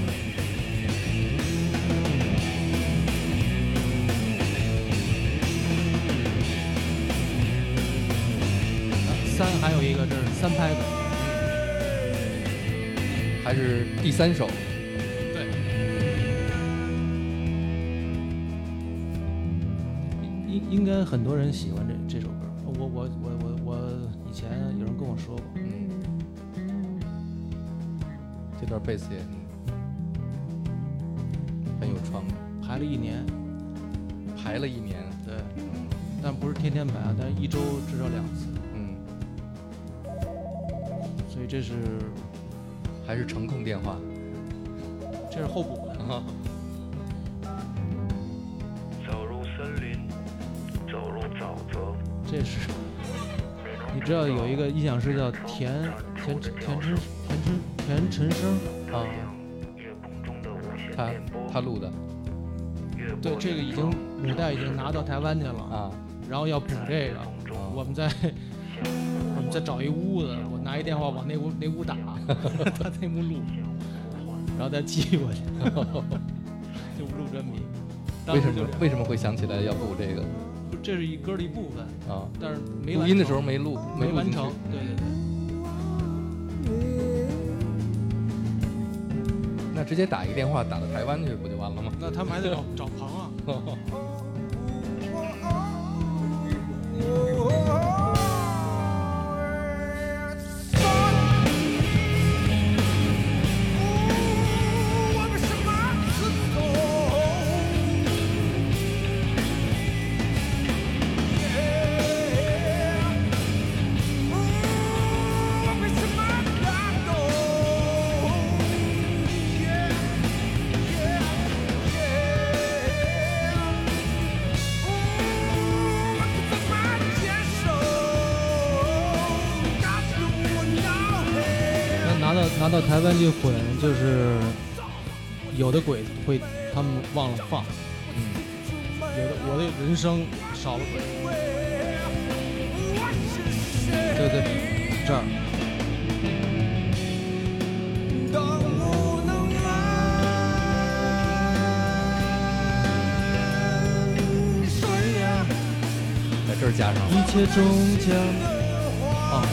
三还有一个这是三拍子。 还是第三首， 对，应应该很多人喜欢这这首歌。我我我我我以前有人跟我说过， 嗯，这段贝斯也很有创意， 排了一年， 排了一年， 对，但不是天天排啊，但是一周至少两次， 嗯， 所以这是。 还是程控电话， 这是后补的。 啊、 走入森林，走入沼泽。 这是，你知道有一个音响师叫田田田陈田陈田陈生啊，他他录的。 对，这个已经母带已经拿到台湾去了啊， 然后要补这个，啊、我们在。我们再找一屋子，我拿一电话往那屋那屋打，他那屋录，然后再寄过去，就录真迷。 为什么为什么会想起来要录这个？ 这是一歌的一部分啊，但是没录音的时候没录， 没完成。对对对。 直接打一个电话打到台湾去不就完了吗？ 那他们还得找找棚啊。拿到台湾去混，就是有的鬼会他们忘了放， 嗯， 有的我的人生少了鬼，对对，这儿。 在这儿加上一切终将啊。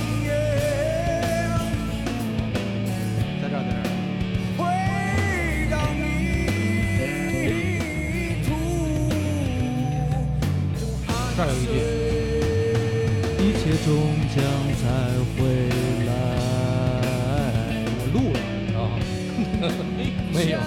这儿有一句，一切终将再回来。录了啊？没有。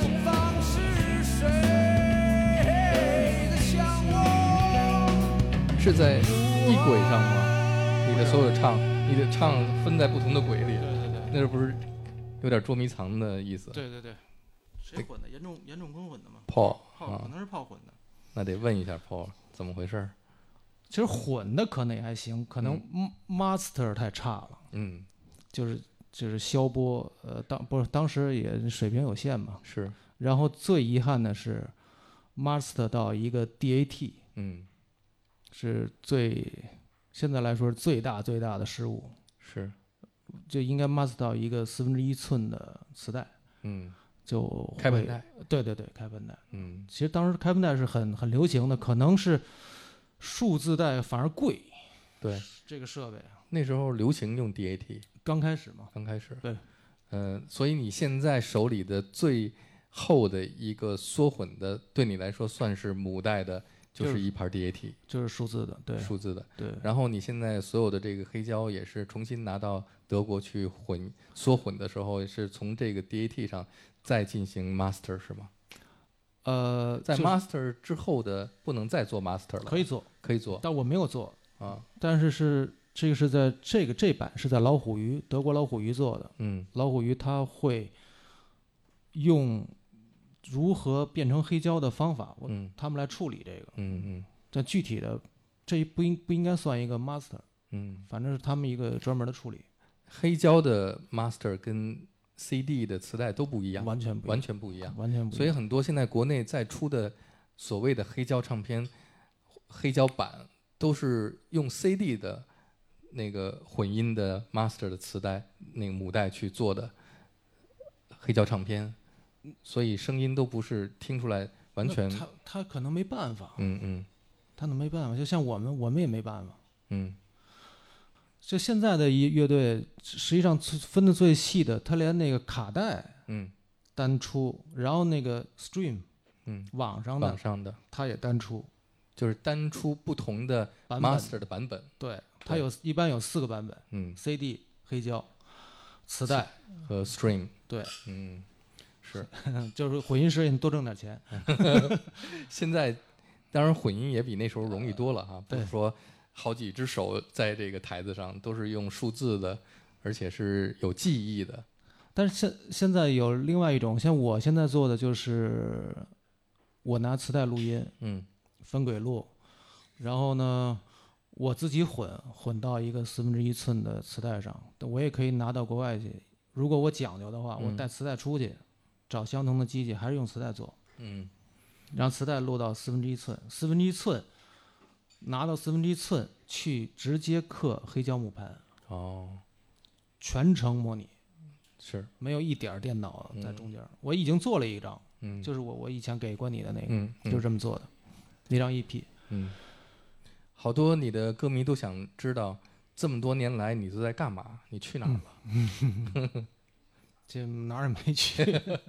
是在一轨上吗？你的所有唱，你的唱分在不同的轨里。 对对对， 那是不是有点捉迷藏的意思？ 对对对，谁混的？严重严重跟混的吗？ 炮炮可能是炮混的。 那得问一下炮怎么回事。 其实混的可能也还行，可能 master 太差了， 嗯， 就是就是消波，呃，当不是当时也水平有限嘛， 是。 然后最遗憾的是 master 到一个 D A T， 嗯， 是最现在来说是最大最大的失误， 是， 就应该 master 到一个四分之一寸的磁带， 嗯， 就开本带， 对对对，开本带， 嗯， 其实当时开本带是很很流行的，可能是。数字带反而贵， 对这个设备那时候流行用 D A T， 刚开始嘛， 刚开始， 对， 呃，所以你现在手里的最厚的一个缩混的，对你来说算是母带的，就是一盘 D A T， 就是数字的，对， 数字的， 对。 然后你现在所有的这个黑胶也是重新拿到德国去混缩混的时候，也是从这个 D A T 上再进行 master 是吗？ 呃， 在 master 之后的不能再做 master 了， 可以做， 可以做， 但我没有做啊。 但是是这个是在这个这版是在老虎鱼德国老虎鱼做的， 嗯， 老虎鱼它会用如何变成黑胶的方法，我、 嗯、 他们来处理这个， 嗯嗯， 但具体的这不应不应该算一个 master， 嗯， 反正是他们一个专门的处理。 黑胶的 master 跟C D 的磁带都不一样， 完全不一样完全不一样， 完全不一样。 所以很多现在国内在出的所谓的黑胶唱片、黑胶版，都是用 C D 的那个混音的 master 的磁带那个母带去做的黑胶唱片，所以声音都不是听出来完全。 他他可能没办法， 嗯嗯， 他能没办法，就像我们我们也没办法， 嗯。 就现在的一乐队，实际上分的最细的，他连那个卡带， 嗯， 单出，然后那个 stream， 嗯， 网上的， 网上的， 他也单出， 就是单出不同的 master 的版本。 对，它有一般有四个版本， 嗯 ，C D、黑胶、磁带和 stream。 对， 嗯，是， 就是混音师你多挣点钱。 现在，当然混音也比那时候容易多了哈，不是对说。好几只手在这个台子上都是用数字的，而且是有记忆的。 但是现现在有另外一种，像我现在做的就是我拿磁带录音， 嗯， 分轨录，然后呢我自己混混到一个四分之一寸的磁带上，我也可以拿到国外去。如果我讲究的话， 嗯、 我带磁带出去，找相同的机器，还是用磁带做， 嗯， 让磁带录到四分之一寸，四分之一寸。拿到四分之一寸去直接刻黑胶木盘， 哦， 全程模拟， 是没有一点电脑在中间、嗯。我已经做了一张， 嗯， 就是我我以前给过你的那个， 嗯， 就是这么做的，那张 E P。 嗯，好多你的歌迷都想知道，这么多年来你都在干嘛？你去哪儿了？ 嗯、这哪儿也没去。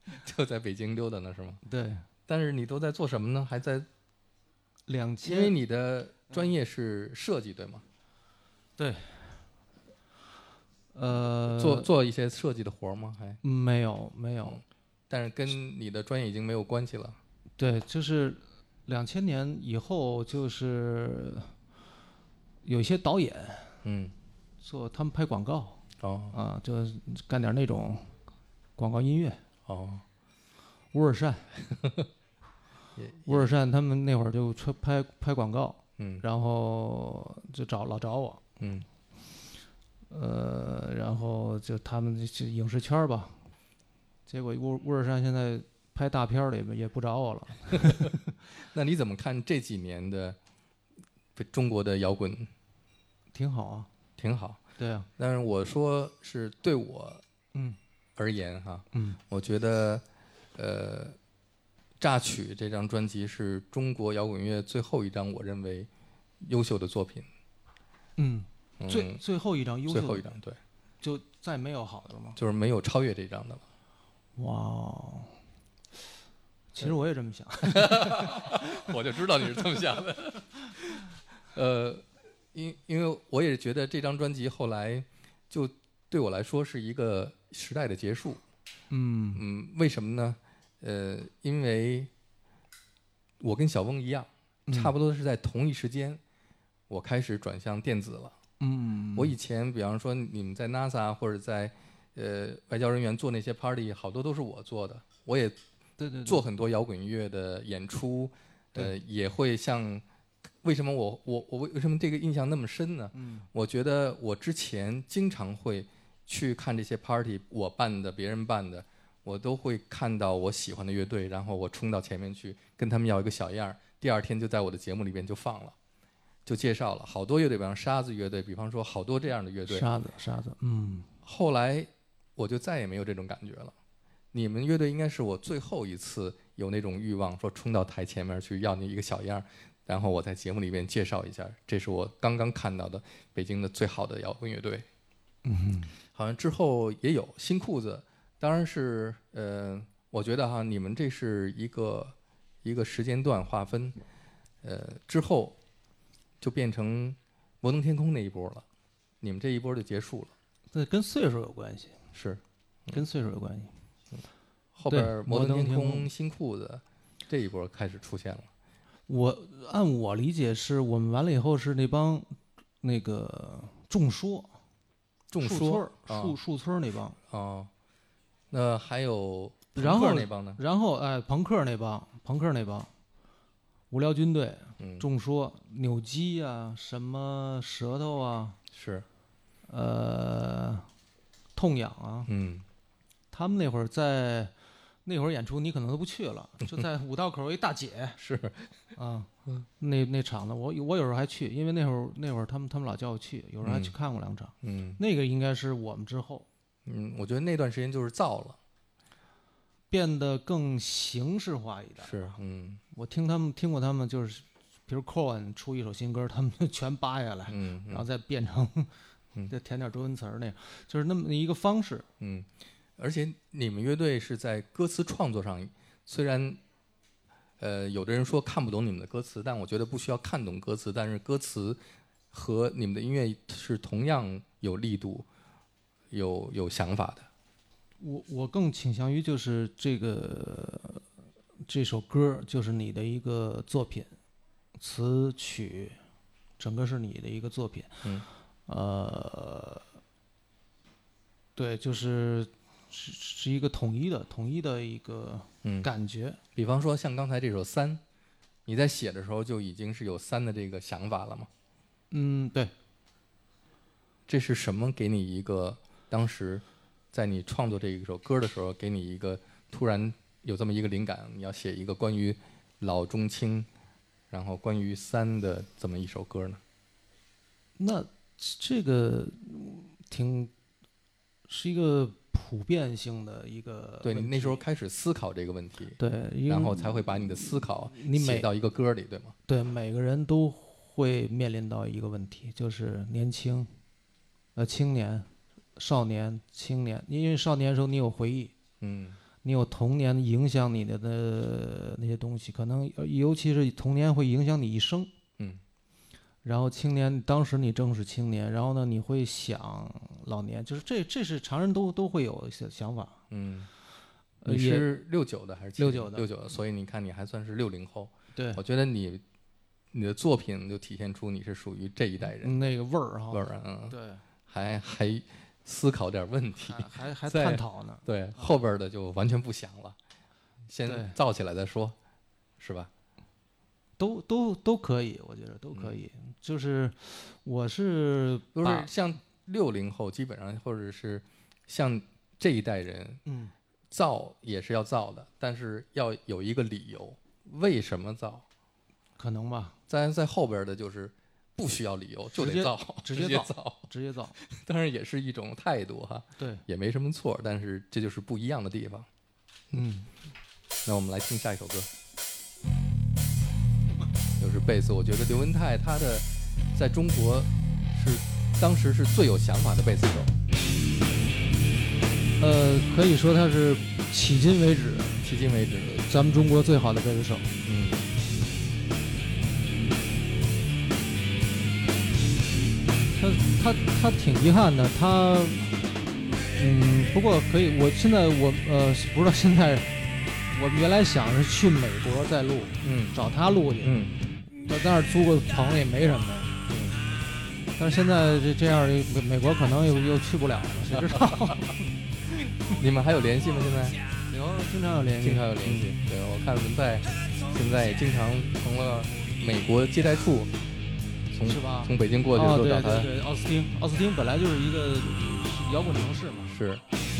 就在北京溜达呢，是吗？ 对， 但是你都在做什么呢？还在， 两因为千你的专业是设计，对吗？ 对，呃， 做做一些设计的活儿吗？还， 没有没有， 但是跟你的专业已经没有关系了。 对，就是两千年以后，就是有一些导演嗯， 做他们拍广告哦啊，就干点那种广告音乐。 哦， 乌尔善， 也乌尔善他们那会儿就出拍拍广告， 嗯然后就找老找我， 嗯呃，然后就他们就就影视圈儿吧，结果乌乌尔善现在拍大片儿了，也也不找我了。 那你怎么看这几年的中国的摇滚？ 挺好啊， 挺好， 对啊， 但是我说是对我嗯而言哈， 嗯我觉得，呃，《榨取》这张专辑是中国摇滚乐最后一张我认为优秀的作品。 嗯， 嗯、 最最后一张优秀的， 最后一张，对， 就再没有好的了吗？ 就是没有超越这张的了。 哇哦，其实我也这么想。 我就知道你是这么想的。呃，因因为我也觉得这张专辑后来就对我来说是一个时代的结束。 嗯嗯，为什么呢？呃，因为我跟小翁一样，差不多是在同一时间，我开始转向电子了。 嗯， 我以前，比方说你们在 NASA 或者在呃外交人员做那些 party，好多都是我做的。我也对对对， 做很多摇滚乐的演出，呃，也会像为什么我我我为什么这个印象那么深呢？ 嗯， 我觉得我之前经常会去看这些 party，我办的、别人办的，我都会看到我喜欢的乐队，然后我冲到前面去跟他们要一个小样儿，第二天就在我的节目里边就放了，就介绍了好多乐队，比方沙子乐队，比方说好多这样的乐队。 沙子沙子，嗯， 后来我就再也没有这种感觉了。你们乐队应该是我最后一次有那种欲望，说冲到台前面去要你一个小样儿，然后我在节目里面介绍一下，这是我刚刚看到的北京的最好的摇滚乐队。 嗯， 好像之后也有新裤子，当然是呃，我觉得哈，你们这是一个一个时间段划分，呃，之后就变成摩登天空那一波了，你们这一波就结束了。 这跟岁数有关系， 是， 跟岁数有关系。 后边对摩登天空、 摩登天空新裤子这一波开始出现了。 我按我理解是我们完了以后是那帮那个众说众树村说儿树树村儿那帮， 哦，那还有朋然后克那帮呢？ 然后哎朋克那帮朋克那帮，无聊军队， 嗯， 众说扭机啊，什么舌头啊， 是， 呃，痛痒啊， 嗯他们那会儿在那会儿演出，你可能都不去了，就在五道口有一大姐是， 啊，那那场子我我有时候还去，因为那会儿那会儿他们他们老叫我去，有时候还去看过两场。 嗯那个应该是我们之后嗯，我觉得那段时间就是造了， 变得更形式化一点。 是，嗯我听他们听过他们就是，比如 Cohen 出一首新歌，他们全扒下来， 嗯， 然后再变成， 嗯再填点中文词儿，那样就是那么一个方式。 嗯，而且你们乐队是在歌词创作上，虽然，呃，有的人说看不懂你们的歌词，但我觉得不需要看懂歌词，但是歌词和你们的音乐是同样有力度、有有想法的。 我我更倾向于就是这个这首歌就是你的一个作品，词曲，整个是你的一个作品。 嗯， 呃，对，就是是是一个统一的统一的一个嗯， 感觉。 比方说像刚才这首《三》，你在写的时候就已经是有三的这个想法了吗？ 嗯，对， 这是什么给你一个当时在你创作这一首歌的时候，给你一个突然有这么一个灵感，你要写一个关于老中青，然后关于三的这么一首歌呢？ 那这个挺是一个普遍性的一个对，你问题那时候开始思考这个问题， 对，因为然后才会把你的思考你每写到一个歌里，对吗？ 对每个人都会面临到一个问题，就是年轻，呃，青年、少年、青年。因为少年的时候你有回忆， 嗯你有童年影响你的的那些东西，可能尤其是童年会影响你一生。 嗯。 然后青年，当时你正是青年，然后呢，你会想老年，就是这这是常人都都会有一些想法。 嗯。 呃你是六九的还是六九的？ 六九的，所以你看你还算是六零后。 对， 我觉得你你的作品就体现出你是属于这一代人那个味儿哈。 味儿，嗯， 对， 还还思考点问题， 还还探讨呢。 对，后边的就完全不想了，先对造起来再说，是吧？ 都都都可以，我觉得都可以。嗯、就是我是都是像六零后，基本上或者是像这一代人， 嗯， 造也是要造的，但是要有一个理由，为什么造？ 可能吧。 咱在后边的就是不需要理由，就得造， 直接造， 直接造。 当然也是一种态度哈， 对， 也没什么错，但是这就是不一样的地方。 嗯， 那我们来听下一首歌。就是贝斯，我觉得刘文泰他的在中国是当时是最有想法的贝斯手。 呃，可以说他是迄今为止， 迄今为止咱们中国最好的贝斯手。 嗯。 他他他挺遗憾的，他嗯，不过可以，我现在我呃不知道现在，我原来想是去美国再录， 嗯， 找他录去， 嗯。 在那儿租个棚也没什么，嗯，但是现在这这样，美国可能又又去不了了，谁知道？ 你们还有联系吗？现在有，经常有联系， 经常有联系。对，我看文在现在也经常成了美国接待处，从是吧？ 从北京过去都找他。 哦、对对对，奥斯汀，奥斯汀本来就是一个摇滚城市嘛。 是。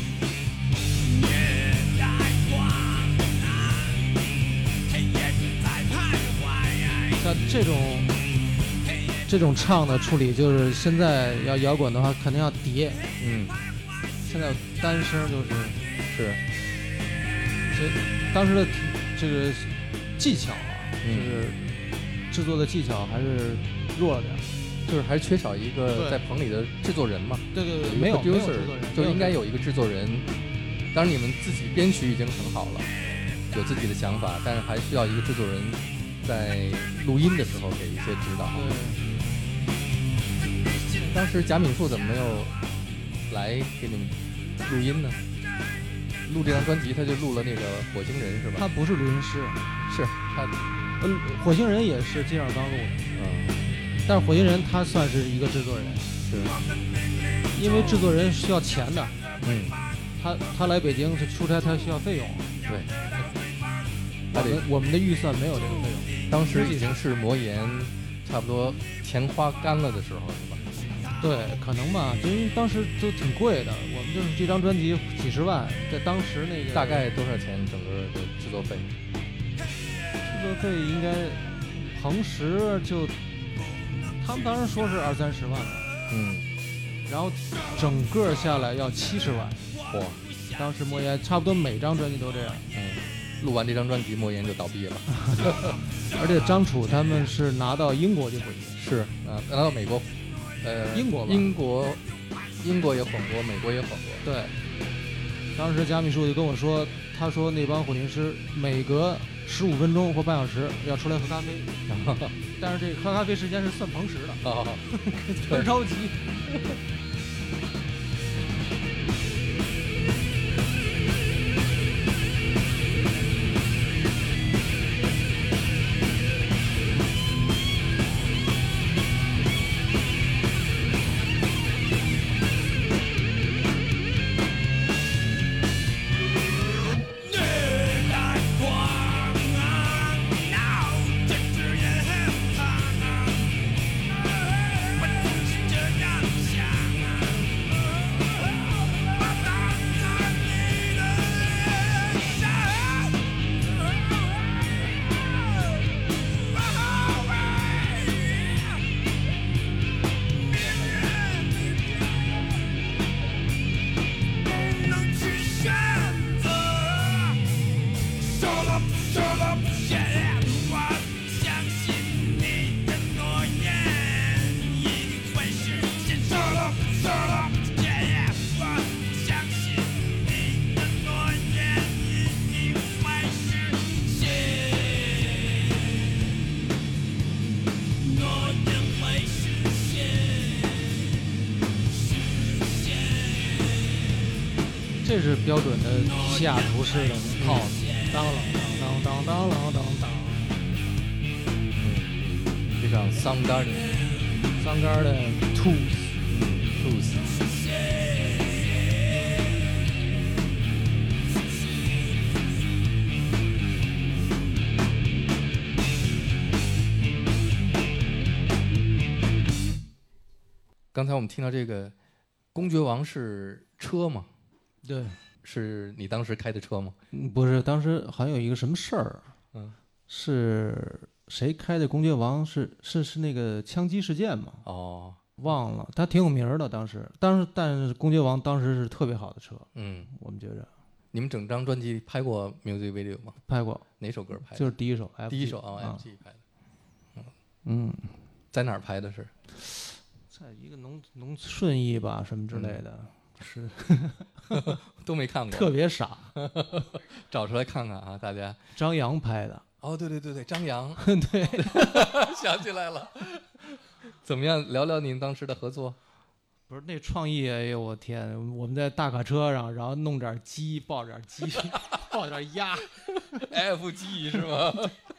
像这种这种唱的处理，就是现在要摇滚的话，肯定要叠。 嗯， 现在有单声就是是， 所以当时的这个技巧啊， 嗯、 就是制作的技巧还是弱了点， 就是还是缺少一个在棚里的制作人嘛。 对对对， 没有 producer， 就应该有一个制作人。当然你们自己编曲已经很好了，有自己的想法，但是还需要一个制作人。在录音的时候给一些指导。当时贾敏树怎么没有来给你们录音呢？录这张专辑他就录了那个火星人是吧？ 他不是录音师， 是他， 呃，火星人也是金小刚录的， 嗯， 但是火星人他算是一个制作人， 是， 因为制作人需要钱的， 嗯， 他他来北京是出差，他需要费用， 对。 我们我们的预算没有这个费用， 当时已经是魔岩差不多钱花干了的时候，是吧？ 对，可能吧，因为当时都挺贵的，我们就是这张专辑几十万，在当时那个大概多少钱？整个的制作费？ 制作费应该横石就他们当时说是二三十万， 嗯， 然后整个下来要七十万， 哇！ 当时魔岩差不多每张专辑都这样， 嗯。录完这张专辑，魔岩就倒闭了。 而且张楚他们是拿到英国去混音， 是啊，拿到美国，呃， 英国吧， 英国，英国也混过，美国也混过。 对，当时贾米树就跟我说，他说那帮混音师每隔十五分钟或半小时要出来喝咖啡，但是这个喝咖啡时间是算棚时的， 哦， 特别着急。 是标准的西雅图式的套子，当啷当当当当啷当当。 嗯，非常 Soundgarden，Soundgarden Tooth，Tooth。 刚才我们听到这个公爵王是车吗？ 对， 是你当时开的车吗？ 嗯，不是，当时好像有一个什么事儿， 嗯， 是谁开的公爵王？是是是那个枪击事件嘛？ 哦， 忘了，他挺有名儿的，当时，当时但是公爵王当时是特别好的车， 嗯， 我们觉着你们整张专辑拍过 music video 吗？ 拍过， 哪首歌拍的？ 就是第一首， 第一首啊 F G ，M G 拍的。 嗯， 在哪儿拍的是？ 在一个农农顺义吧，什么之类的，是都没看过， 特别傻， 找出来看看啊，大家。 张扬拍的， 哦，对对对对，张扬， 对， 想起来了。怎么样？聊聊您当时的合作。 不是那创意，哎呦我天！我们在大卡车上，然后弄点鸡，抱点鸡，抱点鸭 ，F G 是吗？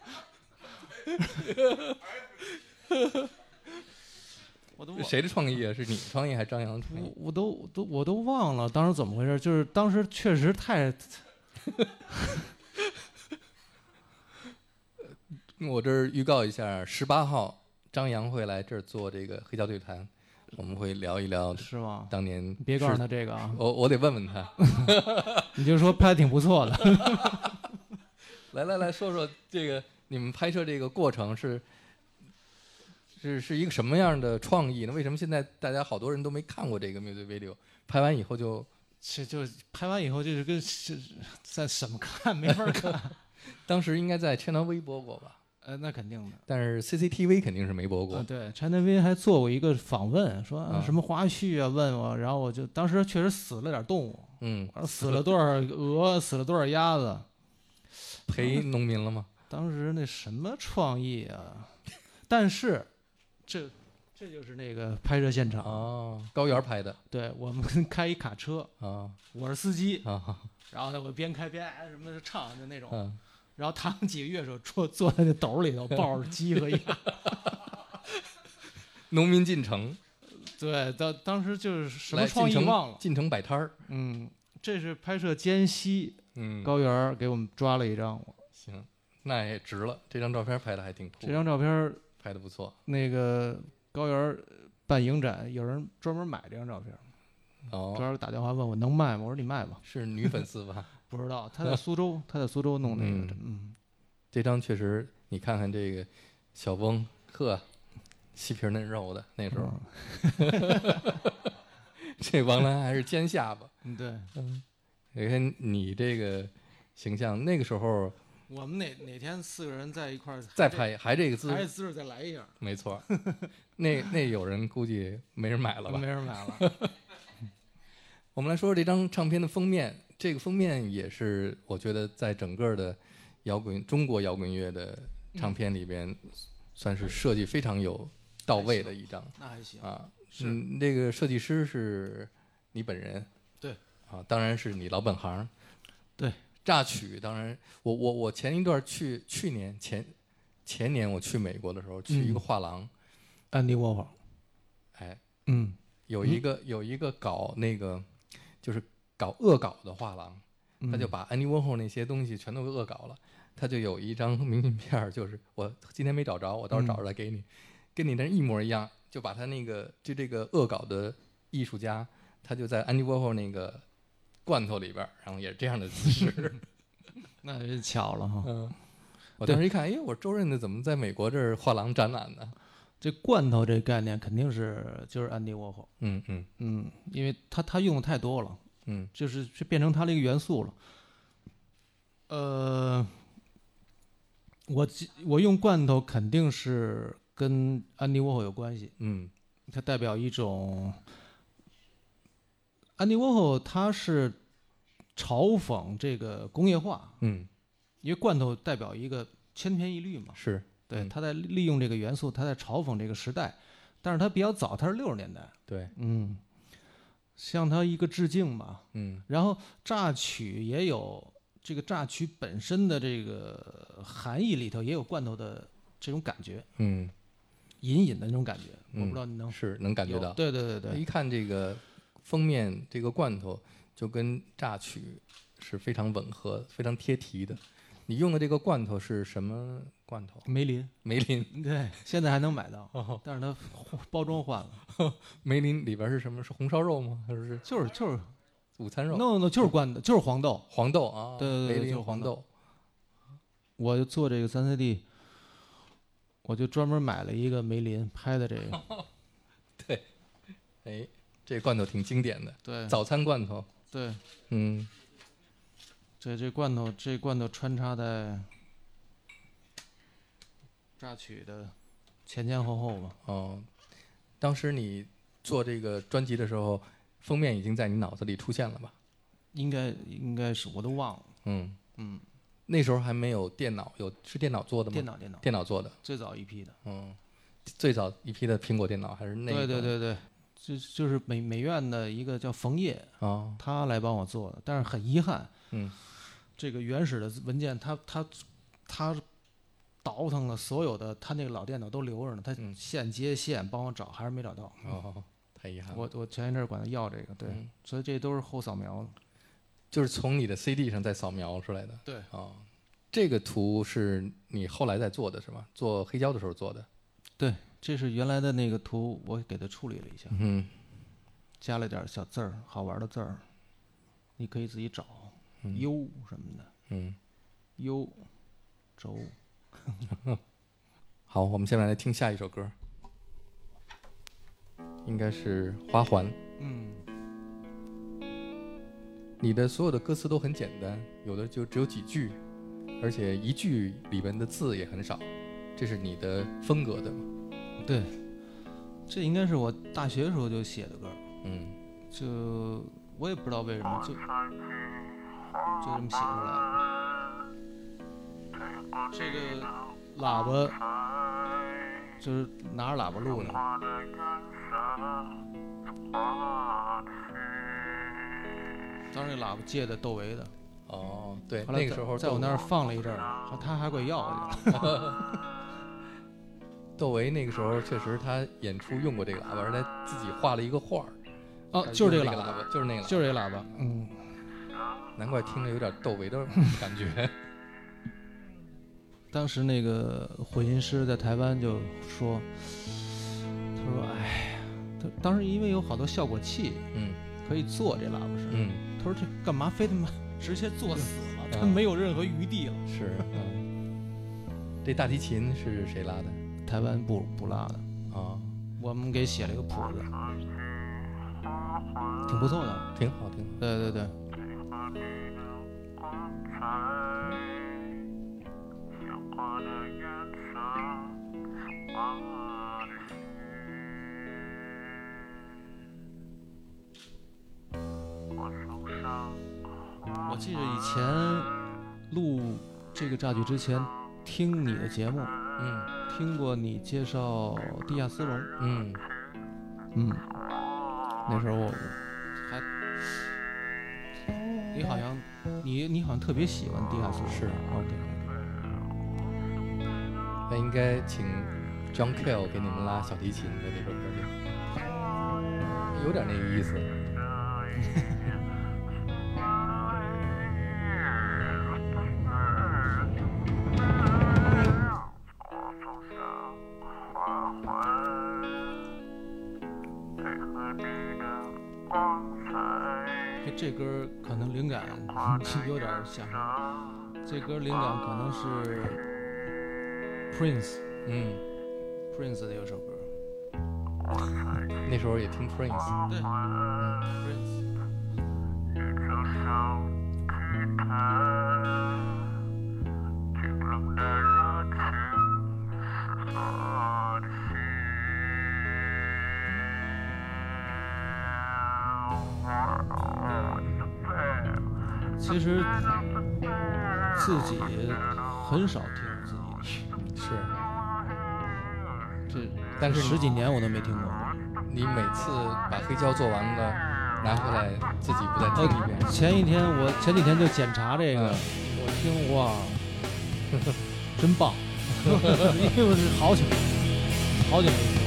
我都谁的创意啊？是你创意还是张扬的创意？ 我我都我都我都忘了当时怎么回事，就是当时确实太我这儿预告一下，十八号张扬会来这儿做这个黑胶对谈，我们会聊一聊是吗？ 当年别告诉他这个啊， 我我得问问他。 你就说拍的挺不错的。 来来来说说这个你们拍摄这个过程是是是一个什么样的创意呢？为什么现在大家好多人都没看过这个 music video？ 拍完以后就这就拍完以后就是跟是在什么看没法看。 当时应该在 China V 播过吧？ 呃，那肯定的。 但是 C C T V 肯定是没播过。 呃、对 ，China V 还做过一个访问，说、啊、 啊什么花絮啊，问我，然后我就当时确实死了点动物， 嗯， 死了多少鹅，死了多少鸭子， 赔农民了吗？ 当时那什么创意啊！但是这这就是那个拍摄现场哦，高原拍的。 对，我们开一卡车啊， 我是司机啊， 然后呢我边开边哎什么唱就那种。 嗯然后他们几个乐手坐坐在那斗里头抱着鸡和鸭， 农民进城， 对，当当时就是什么来创意进城忘了， 进城摆摊儿。 嗯，这是拍摄间隙， 嗯， 高原给我们抓了一张， 行，那也值了，这张照片拍的还挺酷。 这张照片拍的不错。 那个高原办影展，有人专门买这张照片， 哦， 专门打电话问我能卖吗？我说你卖吧。 是女粉丝吧？ 不知道，他在苏州，他在苏州弄那个， 嗯， 嗯， 这张确实，你看看这个小翁，呵，细皮嫩肉的那时候，嗯、这王兰还是尖下巴， 嗯，对， 嗯，你看你这个形象，那个时候我们哪哪天四个人在一块儿再拍，还这个姿势， 还这姿势再来一样， 没错，那那有人估计没人买了吧？ 没人买了。 我们来说说这张唱片的封面。这个封面也是我觉得在整个的摇滚中国摇滚乐的唱片里边，算是设计非常有到位的一张。 那还行啊， 是嗯，这个设计师是你本人， 对啊，当然是你老本行。 对， 榨曲当然，我我我前一段去去年前前年我去美国的时候，去一个画廊， 安迪沃霍， 哎， 嗯， 有一个有一个搞那个就是搞恶搞的画廊， 嗯他就把安迪沃霍那些东西全都给恶搞了。他就有一张明信片，就是我今天没找着，我到时候找着来给你，嗯、跟你那一模一样。就把他那个就这个恶搞的艺术家，他就在安迪沃霍那个罐头里边，然后也是这样的姿势。 那就巧了哈。 嗯，我当时一看，哎，我周润的怎么在美国这儿画廊展览呢？ 这罐头这概念肯定是就是安迪沃霍。 嗯嗯嗯，因为他他用的太多了。 嗯， 就是是变成它的一个元素了。呃，我我用罐头肯定是跟安迪沃霍有关系。 嗯， 它代表一种，安迪沃霍他是嘲讽这个工业化。 嗯， 因为罐头代表一个千篇一律嘛。 是对， 嗯、 他在利用这个元素，他在嘲讽这个时代，但是他比较早，他是六十年代。 对， 嗯。 向他一个致敬吧。 嗯然后榨曲也有这个榨曲本身的这个含义里头也有罐头的这种感觉， 嗯， 隐隐的那种感觉， 嗯我不知道你能是能感觉有到。 对对对对， 一看这个封面，这个罐头就跟榨曲是非常吻合、非常贴题的。你用的这个罐头是什么罐头？ 梅林， 梅林。 对，现在还能买到， 哦， 但是它包装换了， 梅林里边是什么？是红烧肉吗？还是就是就是午餐肉？ no no 就是罐头，就是黄豆。 黄豆啊， 对对对梅林就是黄豆黄豆。 我就做这个三 C D，我就专门买了一个梅林拍的这个， 对，哎，这罐头挺经典的， 对早餐罐头。 对， 嗯这这罐头这罐头穿插在榨取的前前后后吧。 哦，当时你做这个专辑的时候，封面已经在你脑子里出现了吧？ 应该应该是我都忘了， 嗯， 嗯， 那时候还没有电脑，有是电脑做的吗？ 电脑电脑电脑做的。 最早一批的， 嗯，最早一批的苹果电脑还是那个？ 对对对对，就就是美美院的一个叫冯烨， 哦， 他来帮我做的，但是很遗憾， 嗯这个原始的文件他他他倒腾了所有的，他那个老电脑都留着呢，他嗯线接线帮我找，还是没找到。 哦，太遗憾了。 我我前一阵儿管他要这个，对， 嗯所以这都是后扫描的。 就是从你的 C D 上再扫描出来的。 对， 哦，这个图是你后来在做的是吗？做黑胶的时候做的。 对，这是原来的那个图，我给它处理了一下， 嗯加了点小字儿，好玩的字儿，你可以自己找， 嗯优什么的， 嗯， 优轴。 好，我们现在来听下一首歌，应该是《花环》。 嗯， 你的所有的歌词都很简单，有的就只有几句，而且一句里边的字也很少，这是你的风格的吗？ 对，这应该是我大学时候就写的歌， 嗯就我也不知道为什么就就这么写出来了。这个喇叭就是拿着喇叭录的，当时这喇叭借的窦唯的， 哦，对， 后来那个时候在我那儿放了一阵儿，还他还给我要去了。 窦唯那个时候确实他演出用过这个喇叭，而他自己画了一个画儿。 哦，就是这个个喇叭， 叭，就是那个喇叭， 就是这个喇叭，嗯， 难怪听着有点窦唯的感觉。 当时那个混音师在台湾就说，他说：“哎呀，他当时因为有好多效果器嗯可以做这喇叭声， 嗯， 他说这干嘛非他妈直接做死了？他嗯没有任何余地了。 是。嗯，这大提琴是谁拉的？ 台湾布布拉的， 啊， 我们给写了一个谱子，挺不错的。 挺好，挺好。 对对对，我记得以前录这个榨剧之前听你的节目， 嗯听过你介绍地下丝绒， 嗯， 嗯，那时候我还，你好像你你好像特别喜欢地下丝绒， 是 OK， 那应该请 John Cale 给你们拉小提琴的这首歌里，有点那个意思。 这歌可能灵感有点像，这歌灵感可能是 Prince， 嗯， Prince 的有首歌， 那时候也听 Prince。 对，嗯 Prince。其实自己很少听自己的， 是， 这但是你十几年我都没听过。 你每次把黑胶做完了， 拿回来自己不再听一遍。 前一天我前几天就检查这个， 嗯我听哇，真棒，因为我是好久好久没听。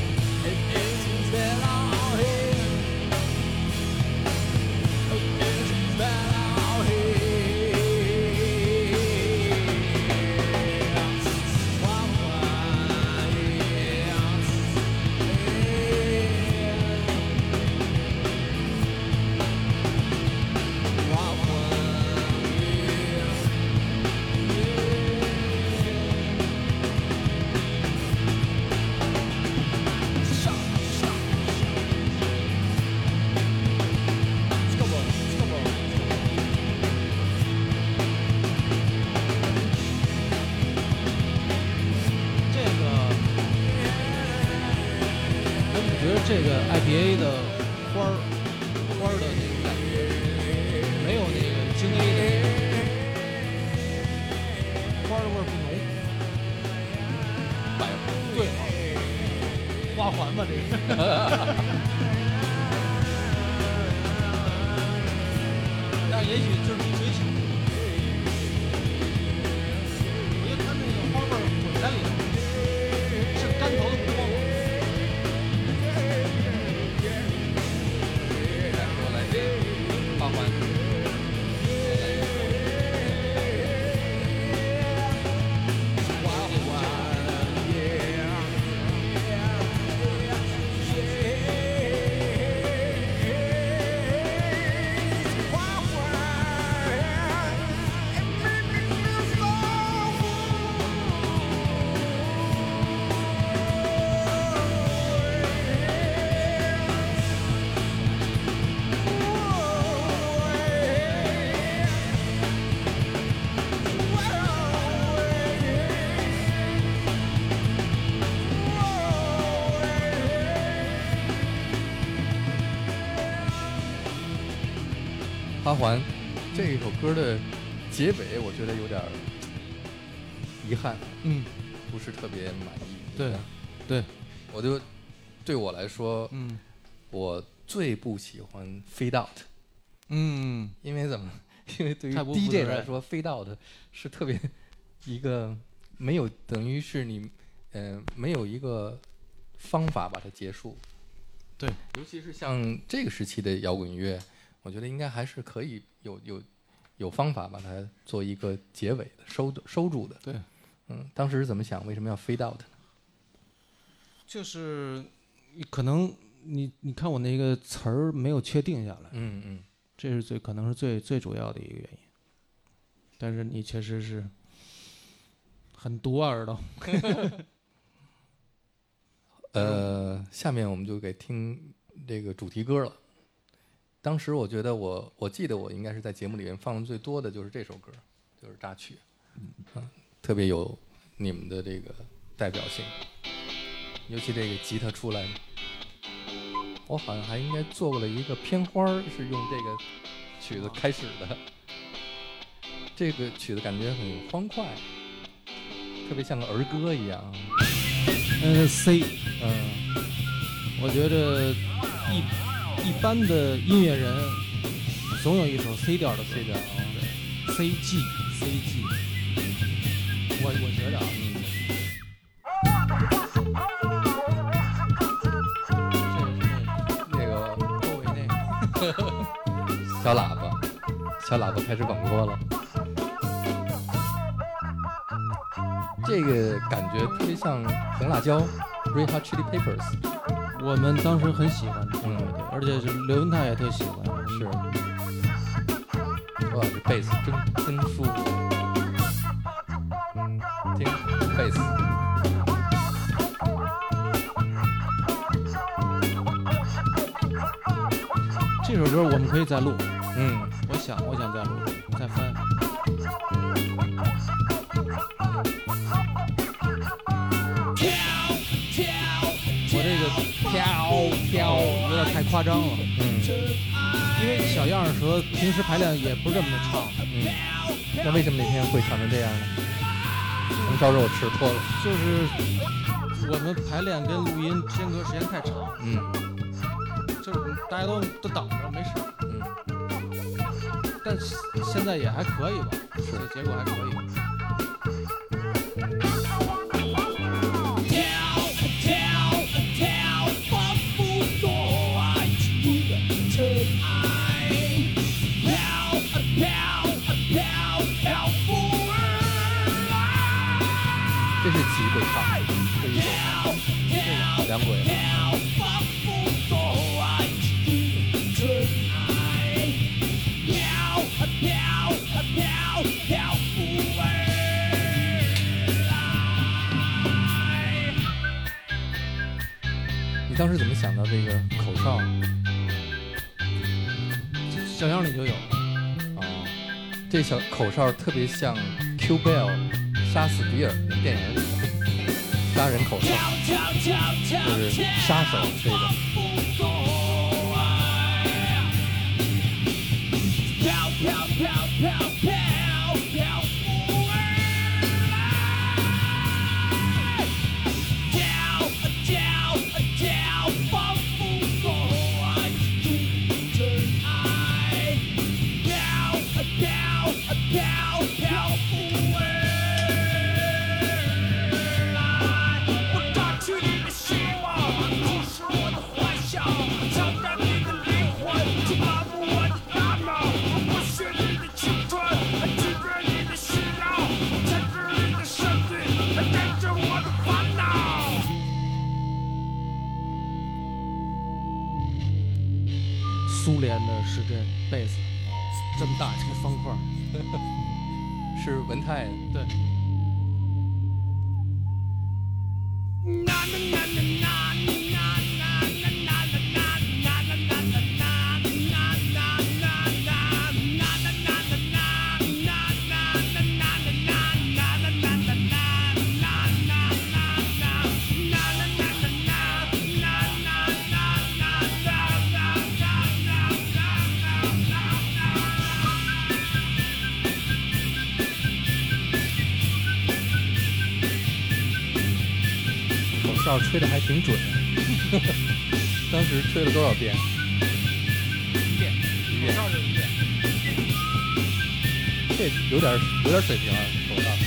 这个 I P A 的花儿花儿的那个感觉，没有那个京 A 的花儿味儿不浓， 百对吗？花环吧这个，但也许就是你追求，我觉得它那个花味儿混在里头，是干头的不光。 花环，花环这一首歌的结尾，我觉得有点遗憾， 嗯， 不是特别满意。 对，对， 我就对我来说， 嗯， 我最不喜欢 fade out， 嗯， 因为怎么？因为对于太不负 D 责 J 任来说 ，fade out 是特别一个没有，等于是你呃没有一个方法把它结束。 对， 尤其是像这个时期的摇滚乐，我觉得应该还是可以有有有方法把它做一个结尾的收收住的。 对， 嗯，当时怎么想？为什么要 fade out 呢？ 就是可能你你看我那个词儿没有确定下来， 嗯嗯， 这是最可能是最最主要的一个原因。但是你确实是很毒耳朵。 呃，下面我们就给听这个主题歌了。当时我觉得我，我记得我应该是在节目里面放的最多的就是这首歌，就是插曲，嗯、啊，特别有你们的这个代表性。尤其这个吉他出来，我好像还应该做过了一个片花，是用这个曲子开始的。这个曲子感觉很欢快，特别像个儿歌一样。 嗯 ，C， 嗯， 我觉得一一般的音乐人总有一首 C 调的 C 调啊， 对 ，C G C G， 我我觉得啊， 嗯，这是那个周围那个小喇叭，小喇叭开始广播了。这个感觉特别像红辣椒 Red Hot Chili Peppers。 我们当时很喜欢这个乐队， 嗯而且是刘文泰也特喜欢。 是，哇，这贝斯真真舒服，听贝斯。 这首歌我们可以再录， 嗯， 我想我想再录，再翻。我这个飘飘有点太夸张了， 嗯因为小样儿蛇平时排练也不是这么唱的， 嗯，那为什么那天会唱成这样呢？红烧肉吃多了。 就是我们排练跟录音间隔时间太长， 嗯， 就是大家都都等着没事， 嗯， 但是现在也还可以吧，是结果还可以。 这是几轨唱，这一首这个两轨。你当时怎么想到这个口哨？ 小样里就有。 哦，这小口哨特别像 Q Bell 杀死比尔那电影里的杀人口哨，就是杀手吹的。 苏联的是这贝斯，这么大这个方块， 是文泰对。 哨吹的还挺准，当时吹了多少遍？ 一遍， 一遍， 口哨就一遍。 这有点有点水平啊，口哨。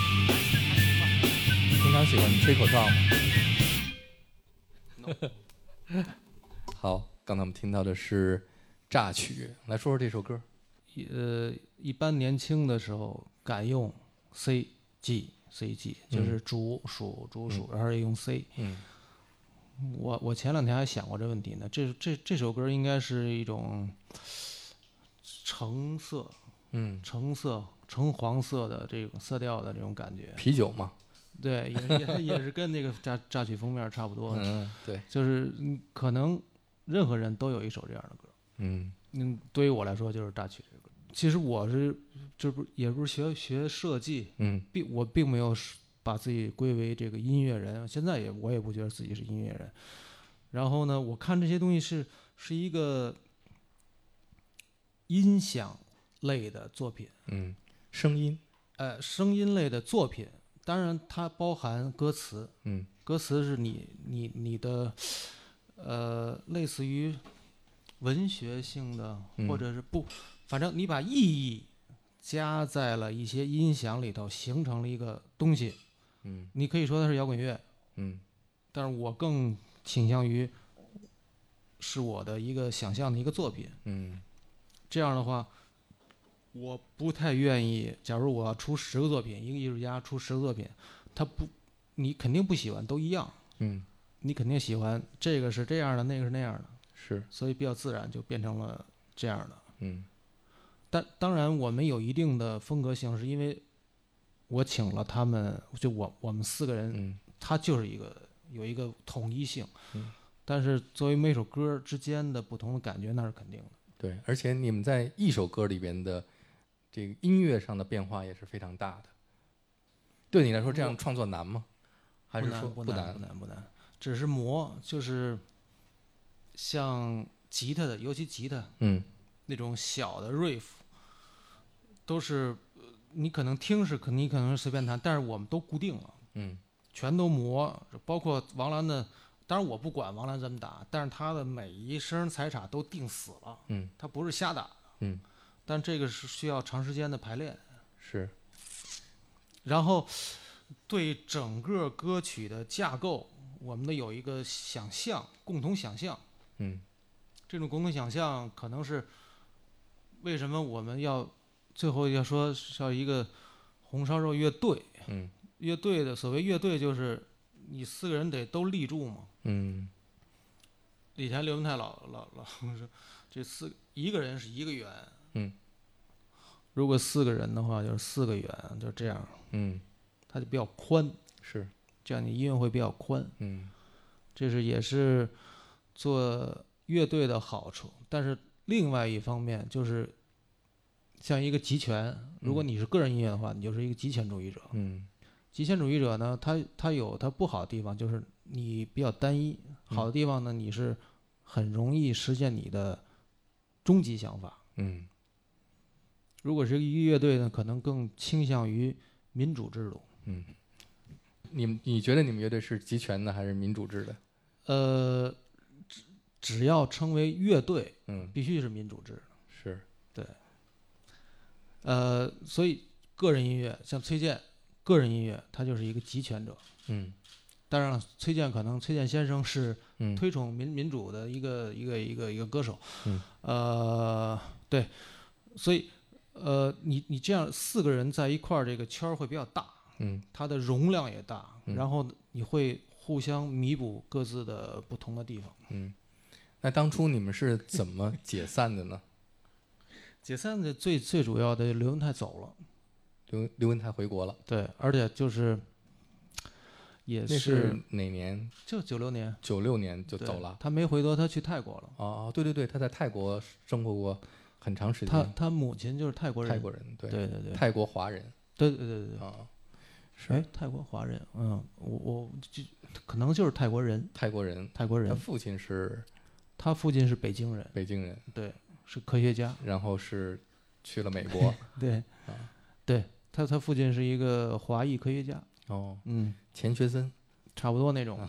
平常喜欢吹口哨吗？好，刚才我们听到的是《榨曲》，来说说这首歌。 呃，一般年轻的时候敢用 C G。C G 就是主属主属，然后也用 C。 嗯， 我我前两天还想过这问题呢。这这这首歌应该是一种橙色， 嗯， 橙色橙黄色的这种色调的这种感觉。 啤酒嘛。 对，也也也是跟那个榨榨曲封面差不多。 嗯，对， 就是可能任何人都有一首这样的歌。 嗯嗯，对于我来说就是榨曲这个歌。其实我是。这不也不是学学设计， 嗯， 并我并没有把自己归为这个音乐人，现在也我也不觉得自己是音乐人。然后呢，我看这些东西是是一个音响类的作品， 嗯，声音， 呃，声音类的作品，当然它包含歌词， 嗯， 歌词是你你你的，呃，类似于文学性的， 嗯、 或者是不，反正你把意义。加在了一些音响里头，形成了一个东西。 嗯， 你可以说它是摇滚乐。 嗯， 但是我更倾向于是我的一个想象的一个作品。 嗯， 这样的话，我不太愿意。假如我要出十个作品，一个艺术家出十个作品，他不，你肯定不喜欢，都一样。 嗯， 你肯定喜欢这个是这样的，那个是那样的。 是， 所以比较自然就变成了这样的。 嗯。 但当然，我们有一定的风格性，是因为我请了他们，就我我们四个人， 嗯， 他就是一个有一个统一性， 嗯， 但是作为每首歌之间的不同的感觉，那是肯定的。 对，而且你们在一首歌里边的这个音乐上的变化也是非常大的。对你来说，这样创作难吗？还是说不难？不难，不难，只是磨，就是像吉他的，尤其吉他， 嗯， 那种小的 riff。都是你可能听是，可你可能是随便弹，但是我们都固定了， 嗯， 全都磨，包括王兰的，当当然我不管王兰怎么打，但是他的每一声踩镲都定死了， 嗯， 他不是瞎打的， 嗯， 但这个是需要长时间的排练， 是， 然后对整个歌曲的架构，我们的有一个想象，共同想象， 嗯， 这种共同想象可能是为什么我们要最后要说是要一个红烧肉乐队， 嗯， 乐队的所谓乐队就是你四个人得都立住嘛。 嗯， 以前刘文泰老老老说，这四一个人是一个圆， 嗯， 如果四个人的话就是四个圆，就这样， 嗯， 它就比较宽， 是， 这样你音乐会比较宽， 嗯， 这是也是做乐队的好处。但是另外一方面就是像一个极权，如果你是个人音乐的话，你就是一个极权主义者。 嗯， 极权主义者呢，他他有他不好的地方，就是你比较单一；好的地方呢，你是很容易实现你的终极想法。 嗯， 如果是一个乐队呢，可能更倾向于民主制度。 嗯，你们你觉得你们乐队是集权的还是民主制的？ 呃，只只要称为乐队， 嗯， 必须是民主制的。 是， 对。呃，所以个人音乐像崔健，个人音乐他就是一个集权者。 嗯， 当然了，崔健可能崔健先生是嗯推崇民民主的一个一个一个一个歌手。 嗯， 呃，对，所以呃，你你这样四个人在一块儿，这个圈儿会比较大， 嗯， 它的容量也大， 嗯然后你会互相弥补各自的不同的地方。 嗯，那当初你们是怎么解散的呢？ 解散的最最主要的刘文泰走了， 刘刘文泰回国了， 对，而且就是也那是哪年？ 就九六年九六年就对走了。 他没回国，他去泰国了。 哦哦，对对对，他在泰国生活过很长时间。 他他母亲就是泰国人， 泰国人，对对对对， 泰国华人对对对对对。 啊， 哎，泰国华人，嗯，我我就可能就是泰国人， 泰国人， 泰国人。 他父亲是他父亲是北京人， 北京人， 对，是科学家， 然后是去了美国。 对， 啊， 对他他父亲是一个华裔科学家， 哦， 嗯， 钱学森， 差不多那种。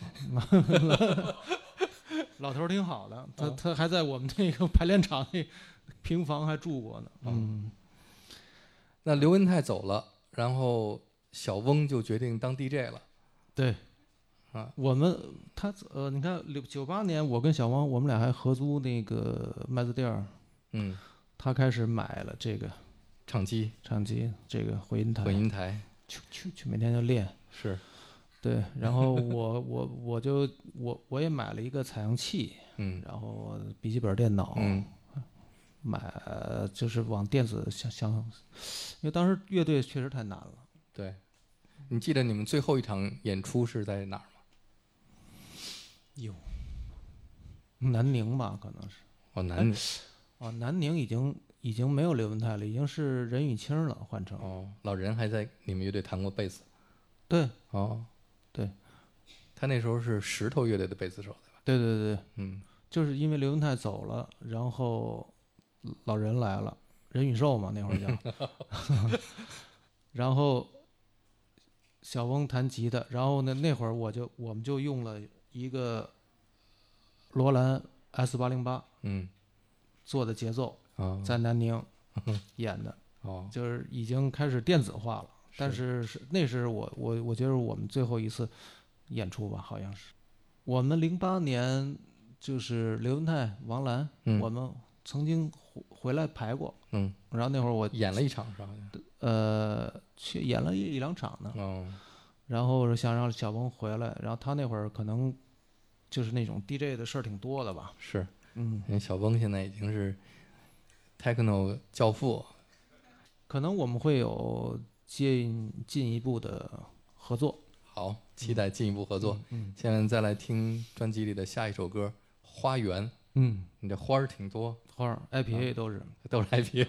老头儿挺好的，他他还在我们那个排练场那平房还住过呢。嗯， 那刘文泰走了，然后小翁就决定当 D J 了。 对， 啊， 我们他呃，你看六九八年，我跟小汪我们俩还合租那个麦子店儿， 嗯， 他开始买了这个唱机、 唱机，这个回音台， 混音台去去去，每天就练。 是， 对，然后我我我就我我也买了一个采样器， 嗯然后笔记本电脑， 嗯买呃就是往电子向向，因为当时乐队确实太难了。 对。你记得你们最后一场演出是在哪儿吗？ 哟，南宁吧，可能是。 哦，南宁。 哦，南宁已经已经没有刘文泰了，已经是任雨清了，换成。 哦，老任还在你们乐队弹过贝斯。 对。 哦， 对。 他那时候是石头乐队的贝斯手，对吧？ 对对对。 嗯。 就是因为刘文泰走了，然后老任来了，任宇寿嘛那会儿叫，然后小翁弹吉他，然后呢那会儿我就我们就用了一个罗兰 S 八零八， 嗯， 做的节奏， 哦、 在南宁演的， 哦， 就是已经开始电子化了，但是是那是我我我觉得我们最后一次演出吧，好像是我们零八年就是刘文泰、王兰， 嗯、 我们曾经回回来排过， 嗯， 然后那会儿我演了一场是吧？ 呃，去演了一一两场呢， 哦， 然后想让小翁回来，然后他那会儿可能就是那种 D J 的事儿挺多的吧， 是， 嗯， 因为小翁现在已经是 techno 教父， 可能我们会有进进一步的合作， 好，期待进一步合作。 嗯，嗯现在再来听专辑里的下一首歌《花园》。 嗯， 你这花儿挺多， 花儿 I P A 都是、 啊、都是 I P A。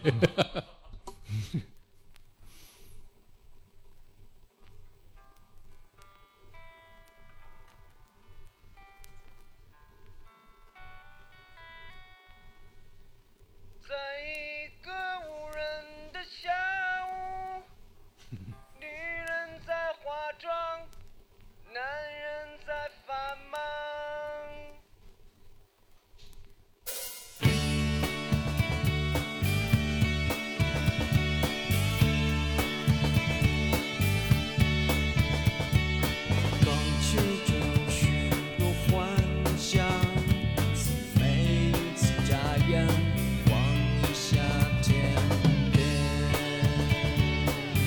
在一个无人的下午，女人在化妆，男人在发忙。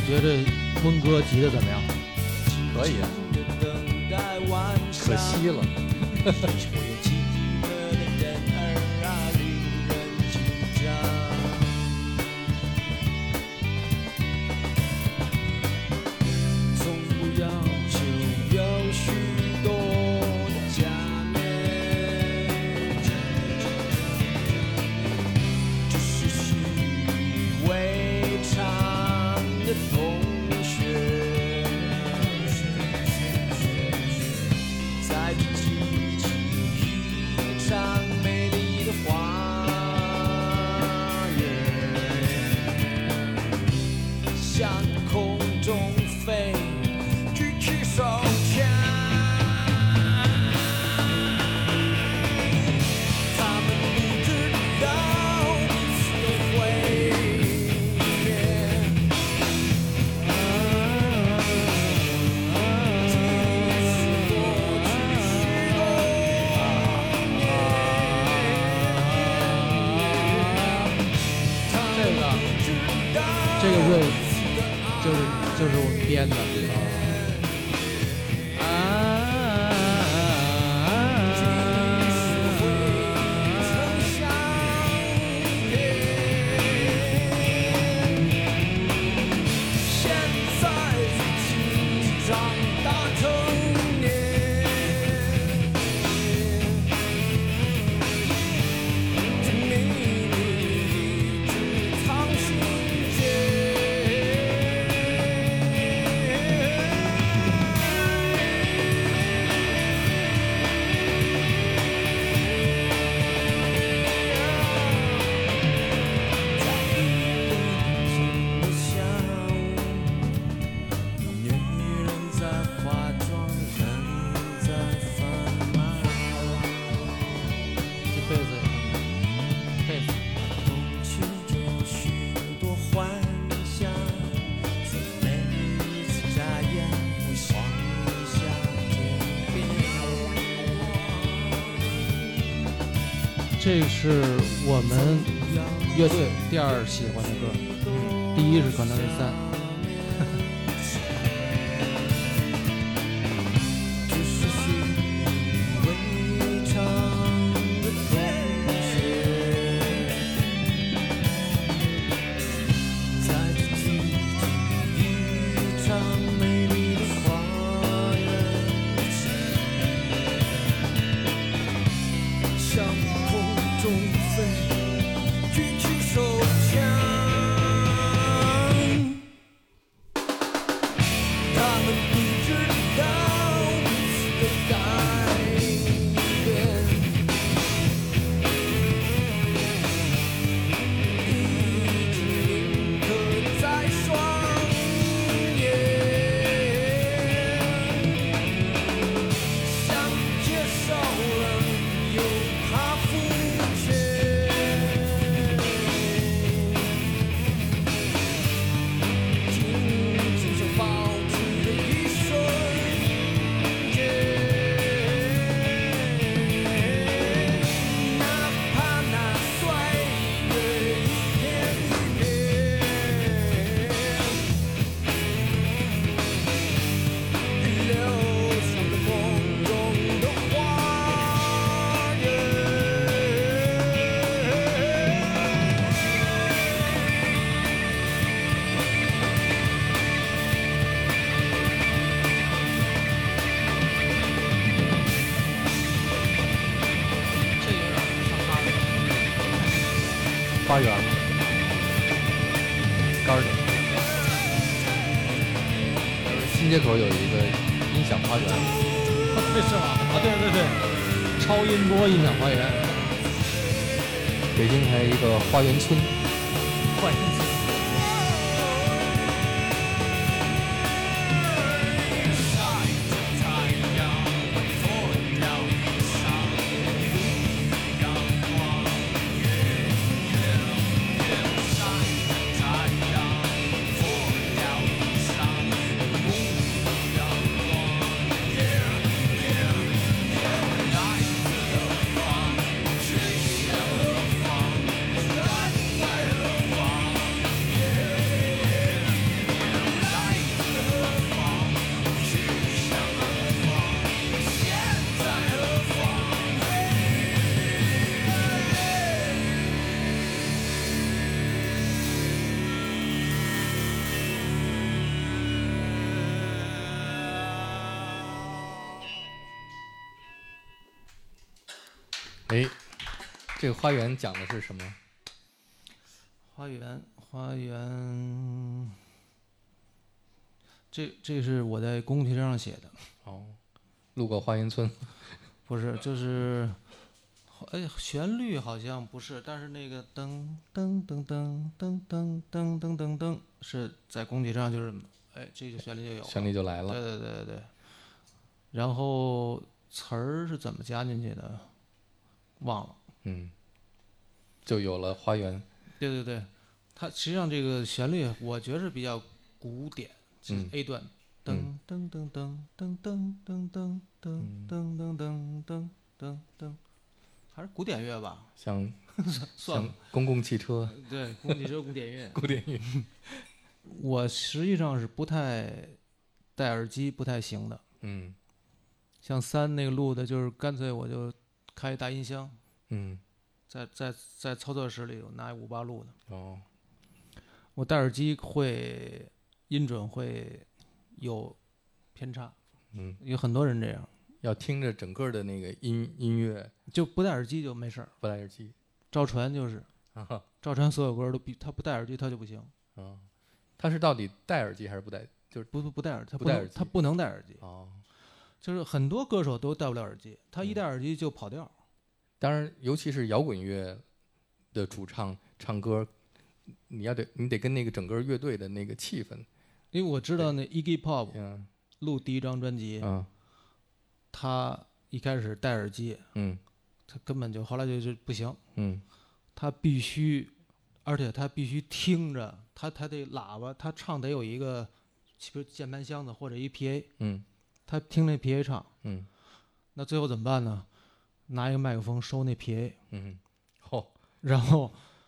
你觉得温哥吉的怎么样？ 可以啊，可惜了。 这个瑞就是就是我们编的。这是我们乐队第二喜欢的歌，第一是可能是三。花园，Garden，新街口有一个音响花园， 对是吗？啊，对对对，超音波音响花园， 北京还有一个花园村， 花园村。 哎，这个花园讲的是什么？ 花园，花园，这这是我在公屏上写的。 哦，路过花园村。 不是，就是，哎，旋律好像不是，但是那个噔噔噔噔噔噔噔噔噔噔是在工体上，就是，哎，这个旋律就有了， 旋律就来了。 对对对对对。然后词儿是怎么加进去的？忘了。嗯。 就有了花园。 对对对，它实际上这个旋律我觉得是比较古典，是 A 段。噔噔噔噔噔噔噔噔噔噔噔噔噔噔噔，还是古典乐吧？ 像算了， 公共汽车。 对，公共汽车古典乐。 古典乐。 我实际上是不太戴耳机不太行的。嗯。像三那个录的，就是干脆我就开一大音箱。嗯。在在在操作室里，我拿五八录的。哦。我戴耳机会音准会有偏差。嗯。有很多人这样。 要听着整个的那个音音乐。 就不戴耳机就没事儿。 不戴耳机。 赵传就是。啊。赵传所有歌都比他不戴耳机他就不行。 啊。他是到底戴耳机还是不戴？就是不不不戴耳，他不戴耳机， 他不能戴耳机。 哦。 就是很多歌手都戴不了耳机，他一戴耳机就跑调。嗯。 当然，尤其是摇滚乐的主唱唱歌，你要得你得跟那个整个乐队的那个气氛。 因为我知道那 Iggy Pop 录第一张专辑，嗯，他一开始戴耳机，嗯，他根本就后来就就不行，嗯，他必须，而且他必须听着，他他得喇叭，他唱得有一个，比如键盘箱子或者一 P A， 嗯，他听那 P A 唱，嗯，那最后怎么办呢？拿一个麦克风收那 P A， 嗯， 哦， 然后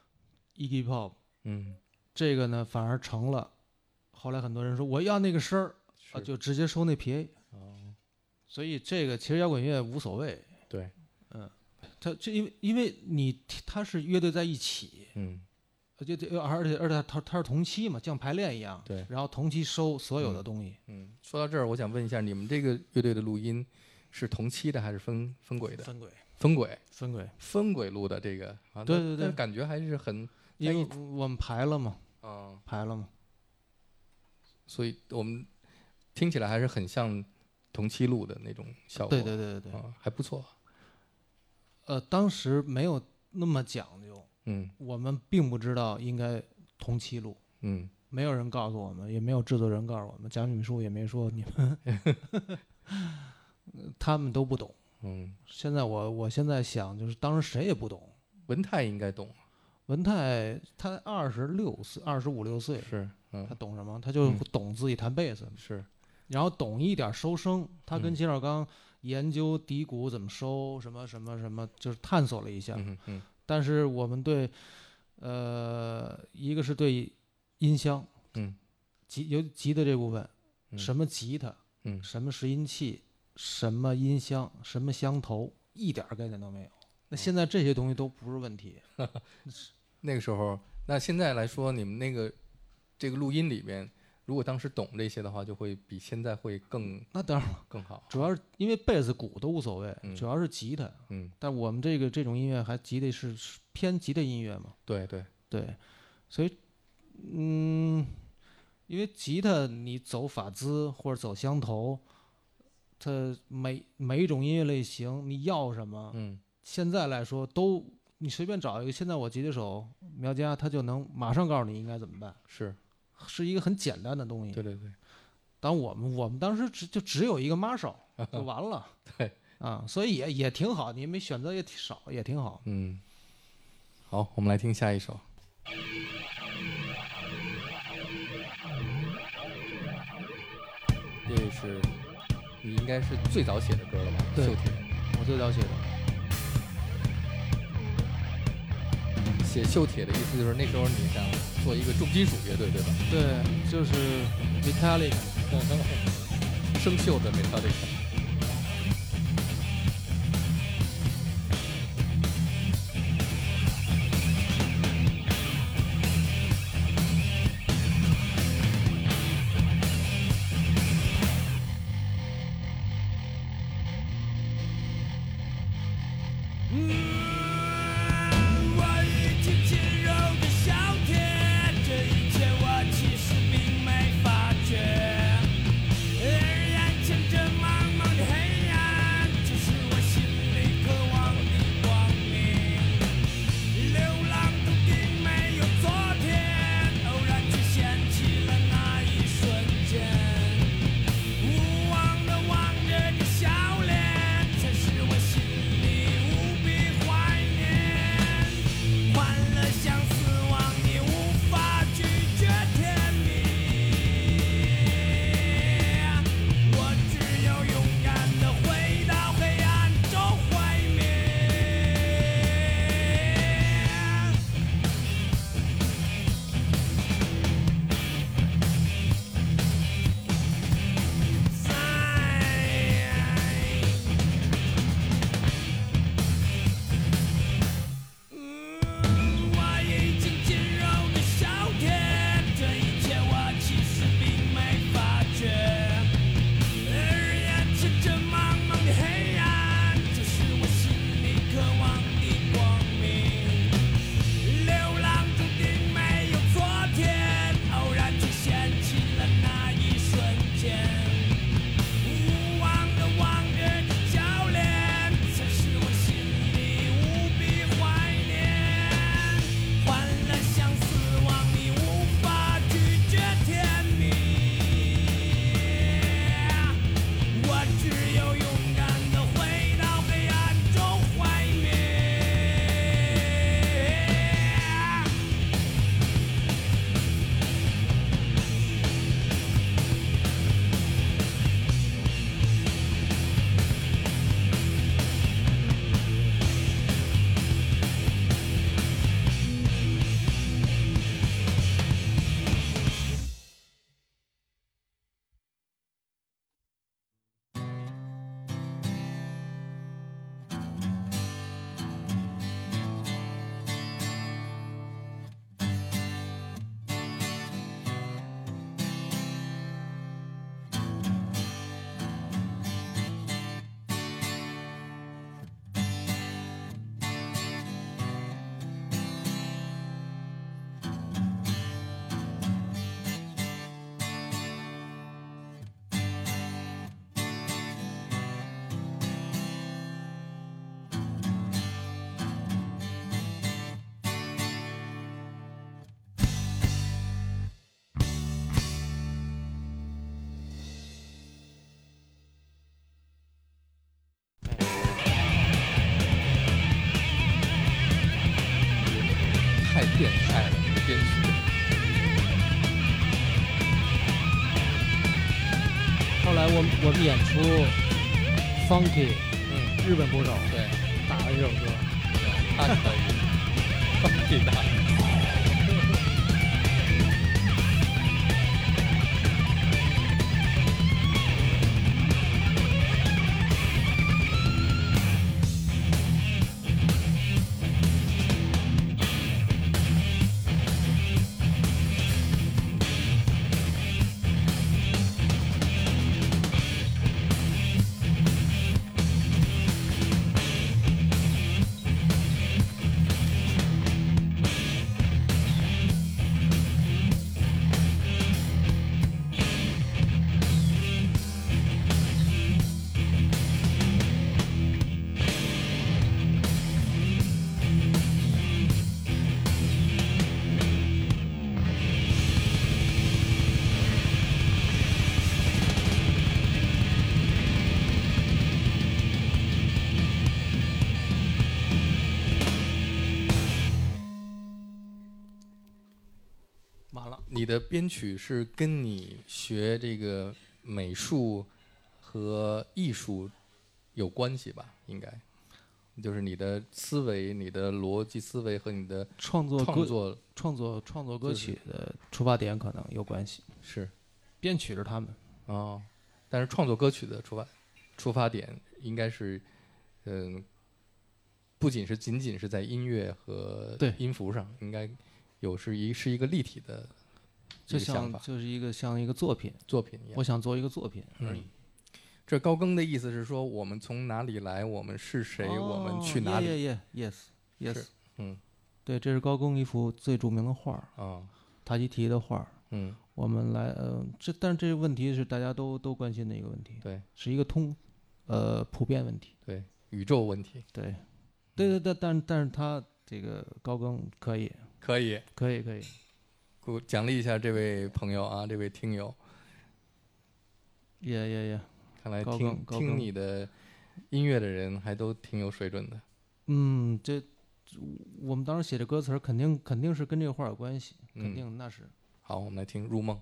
Iggy Pop， 嗯，这个呢反而成了，后来很多人说我要那个声儿啊，就直接收那 P A， 哦，所以这个其实摇滚乐无所谓， 对， 嗯，他这因为因为你他是乐队在一起，嗯，就这而且而且他他是同期嘛，像排练一样， 对， 然后同期收所有的东西， 嗯，嗯，说到这儿，我想问一下，你们这个乐队的录音是同期的还是分分轨的？ 分轨， 分轨， 分轨， 分轨录的这个啊， 对对对， 感觉还是很， 因为我们排了嘛， 啊， 排了嘛， 所以我们听起来还是很像同期录的那种效果， 对对对对对， 啊，还不错。 呃，当时没有那么讲究，嗯，我们并不知道应该同期录，嗯，没有人告诉我们，也没有制作人告诉我们，蒋女书也没说你们。他们都不懂，嗯，现在我我现在想，就是当时谁也不懂， 文泰应该懂， 文泰他二十六岁，二十五六岁， 是， 嗯，他懂什么？他就懂自己弹贝斯， 嗯，是， 然后懂一点收声，他跟金少刚研究底鼓怎么收，什么什么什么，就是探索了一下， 嗯嗯， 但是我们对，呃，一个是对音箱，嗯，吉尤吉的这部分， 嗯， 什么吉他，嗯，什么拾音器。什么音箱，什么箱头，一点概念都没有。那现在这些东西都不是问题。 那个时候，那现在来说，你们那个这个录音里边，如果当时懂这些的话，就会比现在会更那当然更好。 主要是因为贝斯、鼓都无所谓， 嗯， 主要是吉他。 嗯， 但我们这个这种音乐还吉的是偏吉的音乐嘛？ 对对对，所以嗯，因为吉他你走法兹或者走箱头。它每每一种音乐类型你要什么？嗯，现在来说都你随便找一个，现在我吉他手苗家他就能马上告诉你应该怎么办。 是， 是一个很简单的东西。 对对对。 当我们我们当时只就只有一个 Marshall 就完了。 对。 啊，所以也也挺好，你没选择也挺少，也挺好。 嗯。好，我们来听下一首。这是。你应该是最早写的歌了吧？ 对， 锈铁， 我最早写的。 写锈铁的意思就是那时候你想做一个重金属乐队，对吧？ 对，就是 Metallica， 生锈的 Metallica。 Mm-hmm. 变态的编曲。 后来我们我们演出 Funky， 嗯， 日本鼓手对， 打了这首歌， 他可以，放屁大。你的编曲是跟你学这个美术和艺术有关系吧？应该，就是你的思维、你的逻辑思维和你的创作创作创作创作歌曲的出发点可能有关系。 是， 编曲是他们哦，但是创作歌曲的出发出发点应该是，嗯，不仅是仅仅是在音乐和对音符上，应该有是一是一个立体的。 就像就是一个像一个作品， 作品一样。 我想做一个作品而已。 嗯、这高更的意思是说，我们从哪里来，我们是谁，哦、我们去哪里 ？Yeah, yeah, yes, yes。 嗯， 对，这是高更一幅最著名的画儿啊， 塔基提的画儿。 嗯， 我们来，呃，这但是这个问题是大家都都关心的一个问题。 对， 是一个通，呃，普遍问题。 对，宇宙问题。 对，对对对，但但是他这个高更可以， 可以， 可以，可以。 奖励一下这位朋友啊，这位听友。 耶耶耶！ 看来听听你的音乐的人还都挺有水准的。 嗯，这我们当时写的歌词肯定肯定是跟这个画有关系，肯定、嗯、那是。 好，我们来听《入梦》。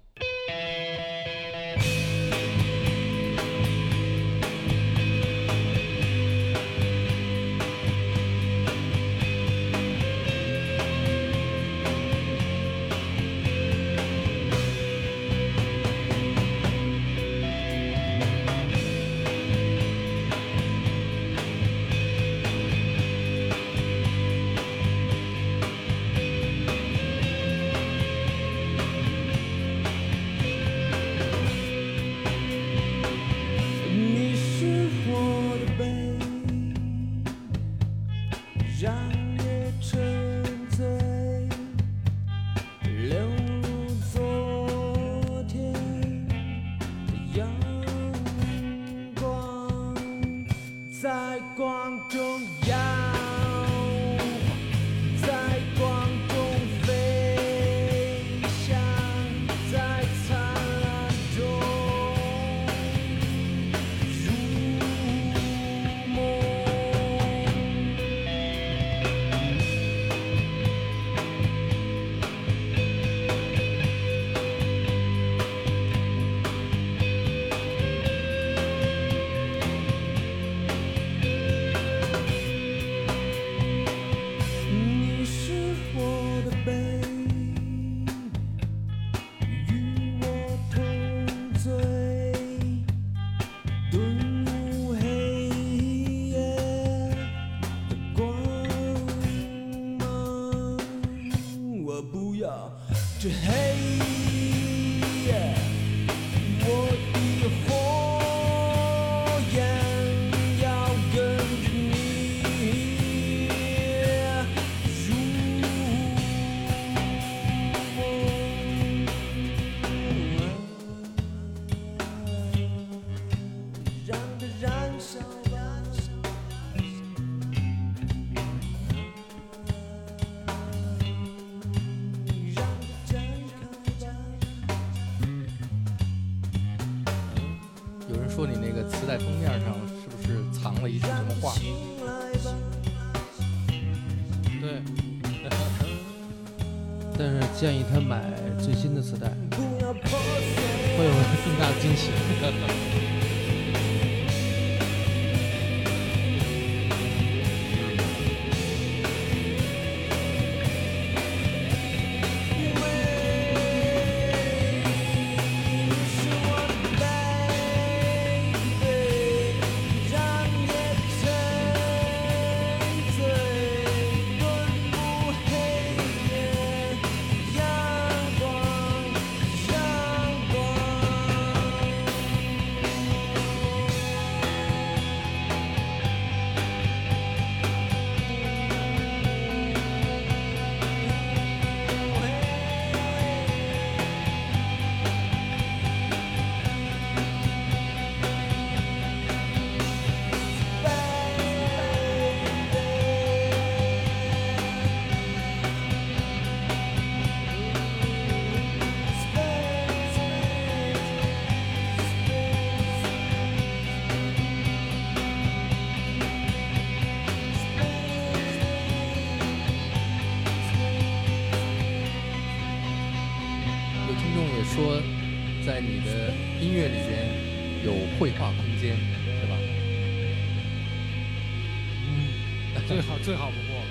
这黑夜，我的火焰要跟着你入梦，让它燃烧吧。 说你那个磁带封面上是不是藏了一句什么话？ 对， 但是建议他买最新的磁带， 不要破碎。 会有更大的惊喜。 说在你的音乐里边有绘画空间，对吧？ 嗯，最好最好不过了。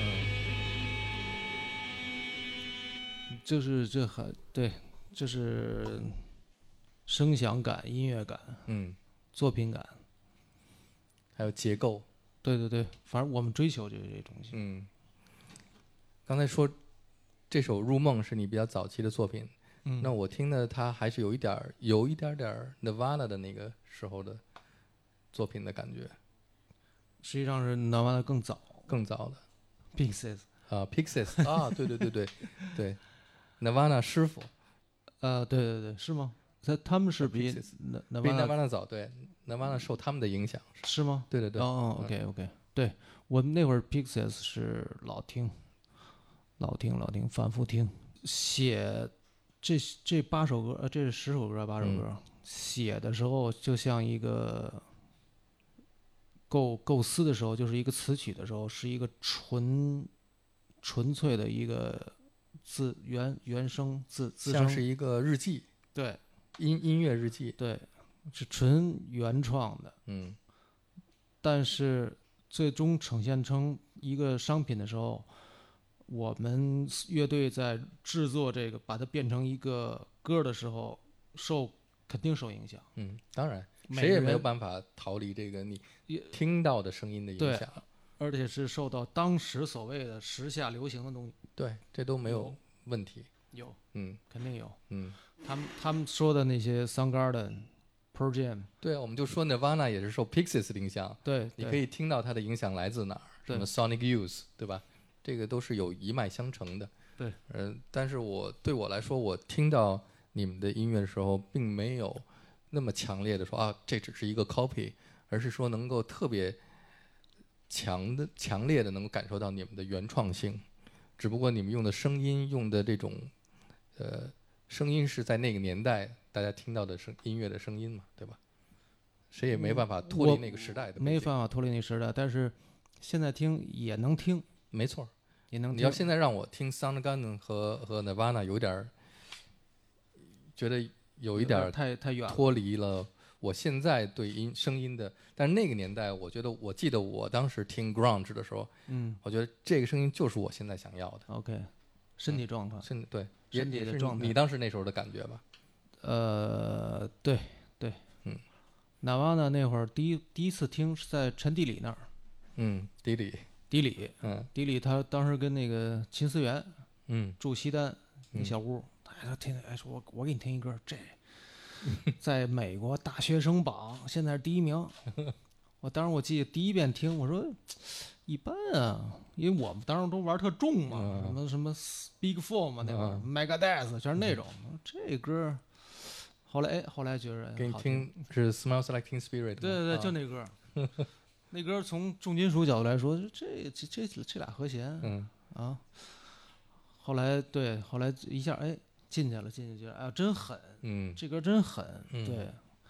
嗯， 就是这很对，这是声响感、音乐感， 嗯， 作品感， 还有结构。 对对对，反正我们追求就是这东西。 嗯，刚才说这首《入梦》是你比较早期的作品。 嗯， 那我听的它还是有一点儿，有一点点儿 Nirvana 的那个时候的作品的感觉。 实际上是 Nirvana 更早， 更早的 Pixies 啊 ，Pixies 啊，对对对对对 ，Nirvana 师傅， 呃，对对对，是吗？他他们是比 Pixies N- 比 Nirvana Nirvana 早，对 Nirvana 受他们的影响。 是吗？ 对对对。 哦哦，OK OK，对我们那会儿 Pixies 是老听，老听老听，反复听，写。这这八首歌，呃，这是十首歌，八首歌， 嗯、 写的时候就像一个构构思的时候，就是一个词曲的时候，是一个纯纯粹的一个自原原声自自像是一个日记， 对， 音音乐日记， 对，是纯原创的， 嗯， 但是最终呈现成一个商品的时候。我们乐队在制作这个，把它变成一个歌的时候，受肯定受影响。 嗯，当然，谁也没有办法逃离这个你听到的声音的影响， 而且是受到当时所谓的时下流行的东西。 对，这都没有问题。 有， 嗯， 肯定有。 嗯， 他们他们说的那些 Soundgarden、Pearl Jam， 对啊，我们就说 Nirvana 也是受 Pixies 的影响。 对， 你可以听到它的影响来自哪儿？什么 Sonic Youth， 对吧？这个都是有一脉相承的， 对， 嗯、呃，但是我对我来说，我听到你们的音乐的时候，并没有那么强烈的说啊，这只是一个 copy， 而是说能够特别强的、强烈的能够感受到你们的原创性。只不过你们用的声音、用的这种呃声音是在那个年代大家听到的声音乐的声音嘛，对吧？谁也没办法脱离那个时代的， 没办法脱离那个时代，但是现在听也能听， 没错。 也能听。 你要现在让我听 Soundgarden 和和 Nirvana， 有点觉得有一点太太远脱离了我现在对音声音的。但是那个年代，我觉得我记得我当时听 grunge 的时候， 嗯， 我觉得这个声音就是我现在想要的。 OK， 身体状态， 嗯、身对身体的状态， 你当时那时候的感觉吧？ 呃，对对， 嗯 ，Nirvana 那会儿第一第一次听是在陈迪里那儿， 嗯，迪里。 迪里， 嗯， 迪里他当时跟那个秦思源， 嗯， 住西单那小屋，哎，他听，哎，说我我给你听一歌，这在美国大学生榜现在是第一名。我当时我记得第一遍听，我说一般啊，因为我们当时都玩特重嘛， 嗯、 什么什么 Big Four 嘛，那会儿 Megadeth 全是那种，嗯、这歌。后来哎，后来觉得给你听是 Smells Like Teen Spirit。 对对对，啊、就那歌。那歌从重金属角度来说，这这这这俩和弦， 嗯啊，后来对，后来一下哎进去了，进去觉得哎呀真狠， 嗯， 这歌真狠， 嗯、 对，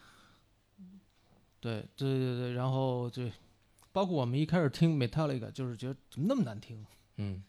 对对对对，然后对，包括我们一开始听 Metallica，就是觉得怎么那么难听， 嗯，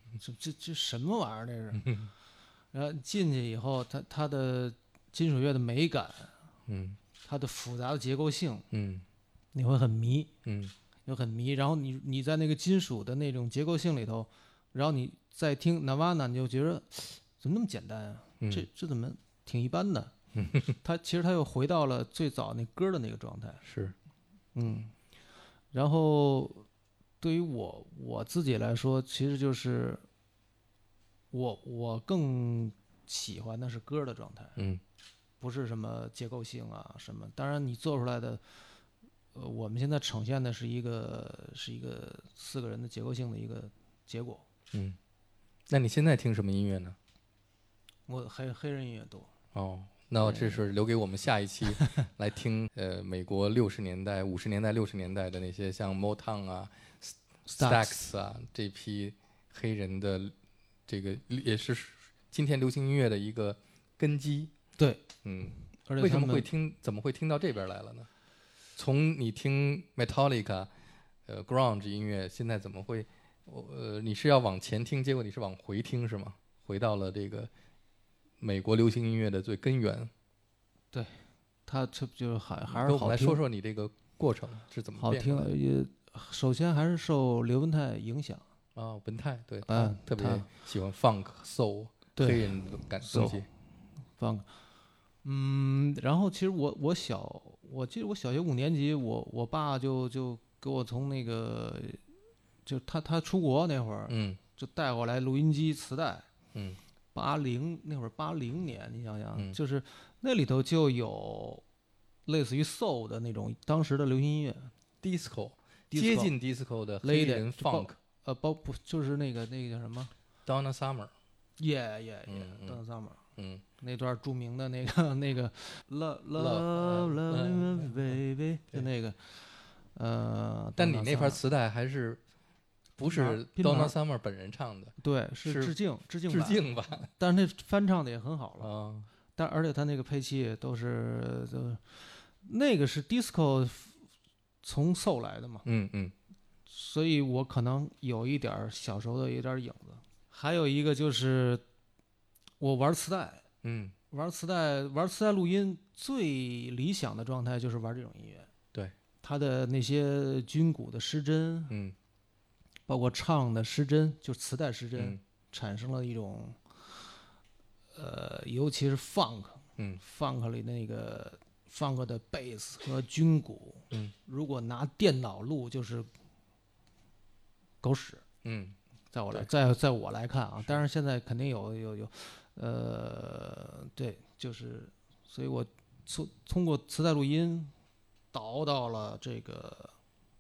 这这这什么玩意儿这是？然后进去以后，它它的金属乐的美感， 嗯它的复杂的结构性， 嗯你会很迷， 嗯又很迷。然后你你在那个金属的那种结构性里头，然后你再听 Nirvana， 你就觉得怎么那么简单啊？ 嗯， 这这怎么挺一般的？他其实他又回到了最早那歌的那个状态。 是， 嗯，然后对于我我自己来说，其实就是我我更喜欢的是歌的状态， 嗯不是什么结构性啊什么。当然你做出来的，呃，我们现在呈现的是一个是一个四个人的结构性的一个结果。 嗯，那你现在听什么音乐呢？ 我黑黑人音乐多。 哦，那这是留给我们下一期来听。呃，美国六十年代、五十年代、六十年代的那些像 Motown 啊、Stax 啊这批黑人的这个也是今天流行音乐的一个根基。 对， 嗯， 而且为什么他们会听？怎么会听到这边来了呢？从你听 Metallica、呃 Grunge 音乐，现在怎么会？呃，你是要往前听，结果你是往回听是吗？回到了这个美国流行音乐的最根源。 他这就是还还是跟我们好听， 来说说你这个过程是怎么好听变过来的也首先还是受刘文泰影响。 啊？文泰对， 嗯他特别他喜欢 funk soul 对黑人的感东西。 放，嗯，然后其实我我小，我记得我小学五年级，我我爸就就给我从那个，就他他出国那会儿， 嗯就带过来录音机、磁带。 嗯八零那会儿，八零年，你想想， 嗯就是那里头就有类似于 soul 的那种当时的流行音乐， ，disco Disco 接近 disco 的黑 Lady 人就包 funk。 呃，包不就是那个那个叫什么 Donna Summer。 ？Yeah yeah 嗯 yeah， 嗯 Donna Summer 嗯那段著名的那个那个 love Love， love love 嗯 baby， 对就那个，呃， 但 Donna 你那盘 Summer 磁带还是不是拼盘 Donna Summer 本人唱的？ 对是是致敬致敬致版， 敬版但是那翻唱的也很好了， 啊。 但而且他那个配器都是都那个是 disco 从 soul 来的嘛， 嗯嗯所以我可能有一点儿小时候的有点儿影子。还有一个就是我玩磁带， 嗯玩磁带玩磁带录音最理想的状态就是玩这种音乐， 对， 它的那些军鼓的失真， 嗯包括唱的失真，就是磁带失真， 嗯产生了一种，呃，尤其是 funk， 嗯 funk 里那个 funk 的贝斯和军鼓， 嗯如果拿电脑录就是狗屎， 嗯在我来对在在我来看啊，当然现在肯定有有有，呃，对，就是，所以我从通过磁带录音导到了这个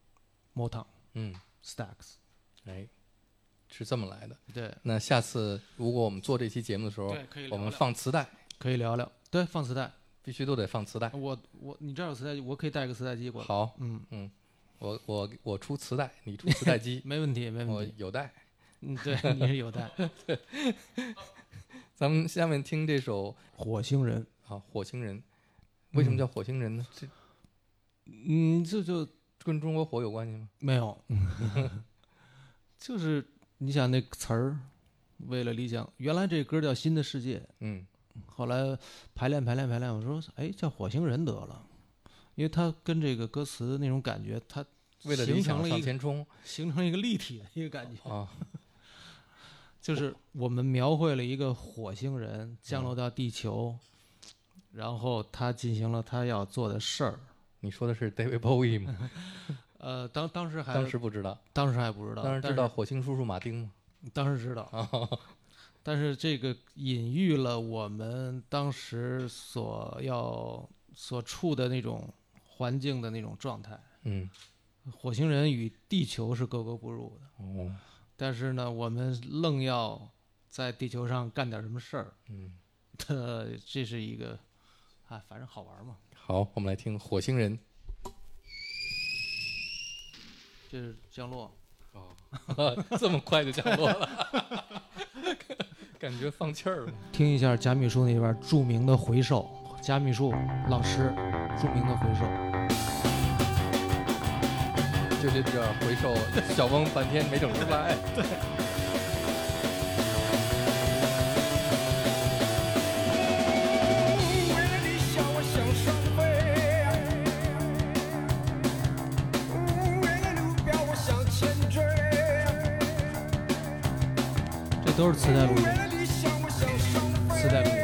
Motown 嗯， Stax， 哎，是这么来的。 对， 那下次如果我们做这期节目的时候对可以，聊我们聊放磁带， 可以聊聊，对，放磁带， 必须都得放磁带。 我我你这儿有磁带机，我可以带个磁带机过来， 好， 嗯， 嗯，我我我出磁带，你出磁带机， 没问题没我问题， 有带。 嗯，对，你是有带， 咱们下面听这首火星人， 啊，《火星人》，为什么叫火星人呢？这嗯，这就跟中国火有关系吗？ 没有，就是你想那词儿，为了理想，原来这歌叫《新的世界》， 嗯后来排练排练排练，我说哎叫火星人得了，因为它跟这个歌词那种感觉，它为了理想形成了一个向前冲形成一个立体的一个感觉， 啊！ 就是我们描绘了一个火星人降落到地球，然后他进行了他要做的事儿。 你说的是 David Bowie 吗？ 呃，当当时还当时不知道， 当时还不知道， 当时知道火星叔叔马丁吗？ 当时知道，但是这个隐喻了我们当时所要所处的那种环境的那种状态。 嗯， 火星人与地球是格格不入的， 哦， 但是呢，我们愣要在地球上干点什么事儿， 嗯， 呃，这是一个，啊，反正好玩嘛。 好，我们来听《火星人》。 这是降落， 哦，这么快就降落了，感觉放气儿了。 听一下贾米树那边著名的回授，贾米树老师著名的回授。 就这点回授，小翁半天没整出来。对。 都是磁带录音，磁带录音。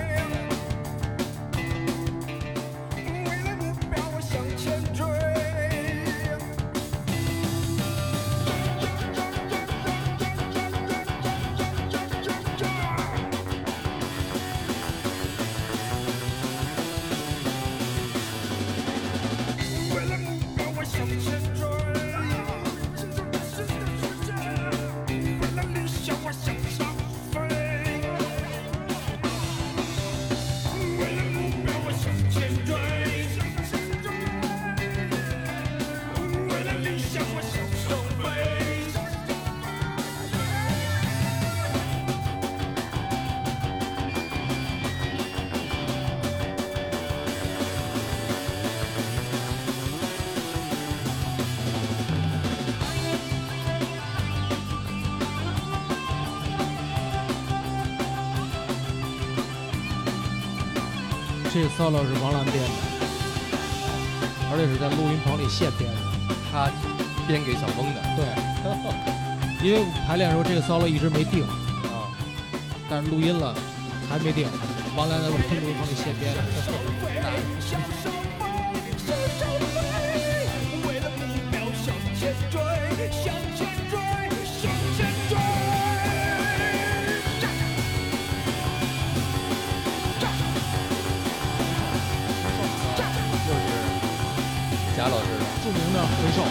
这个 solo 是王澜编的，而且是在录音棚里现编的。 他编给小峰的。 对，因为排练的时候这个 solo 一直没定啊， 但是录音了还没定，王澜在录音棚里现编的。 贾老师的著名的回首。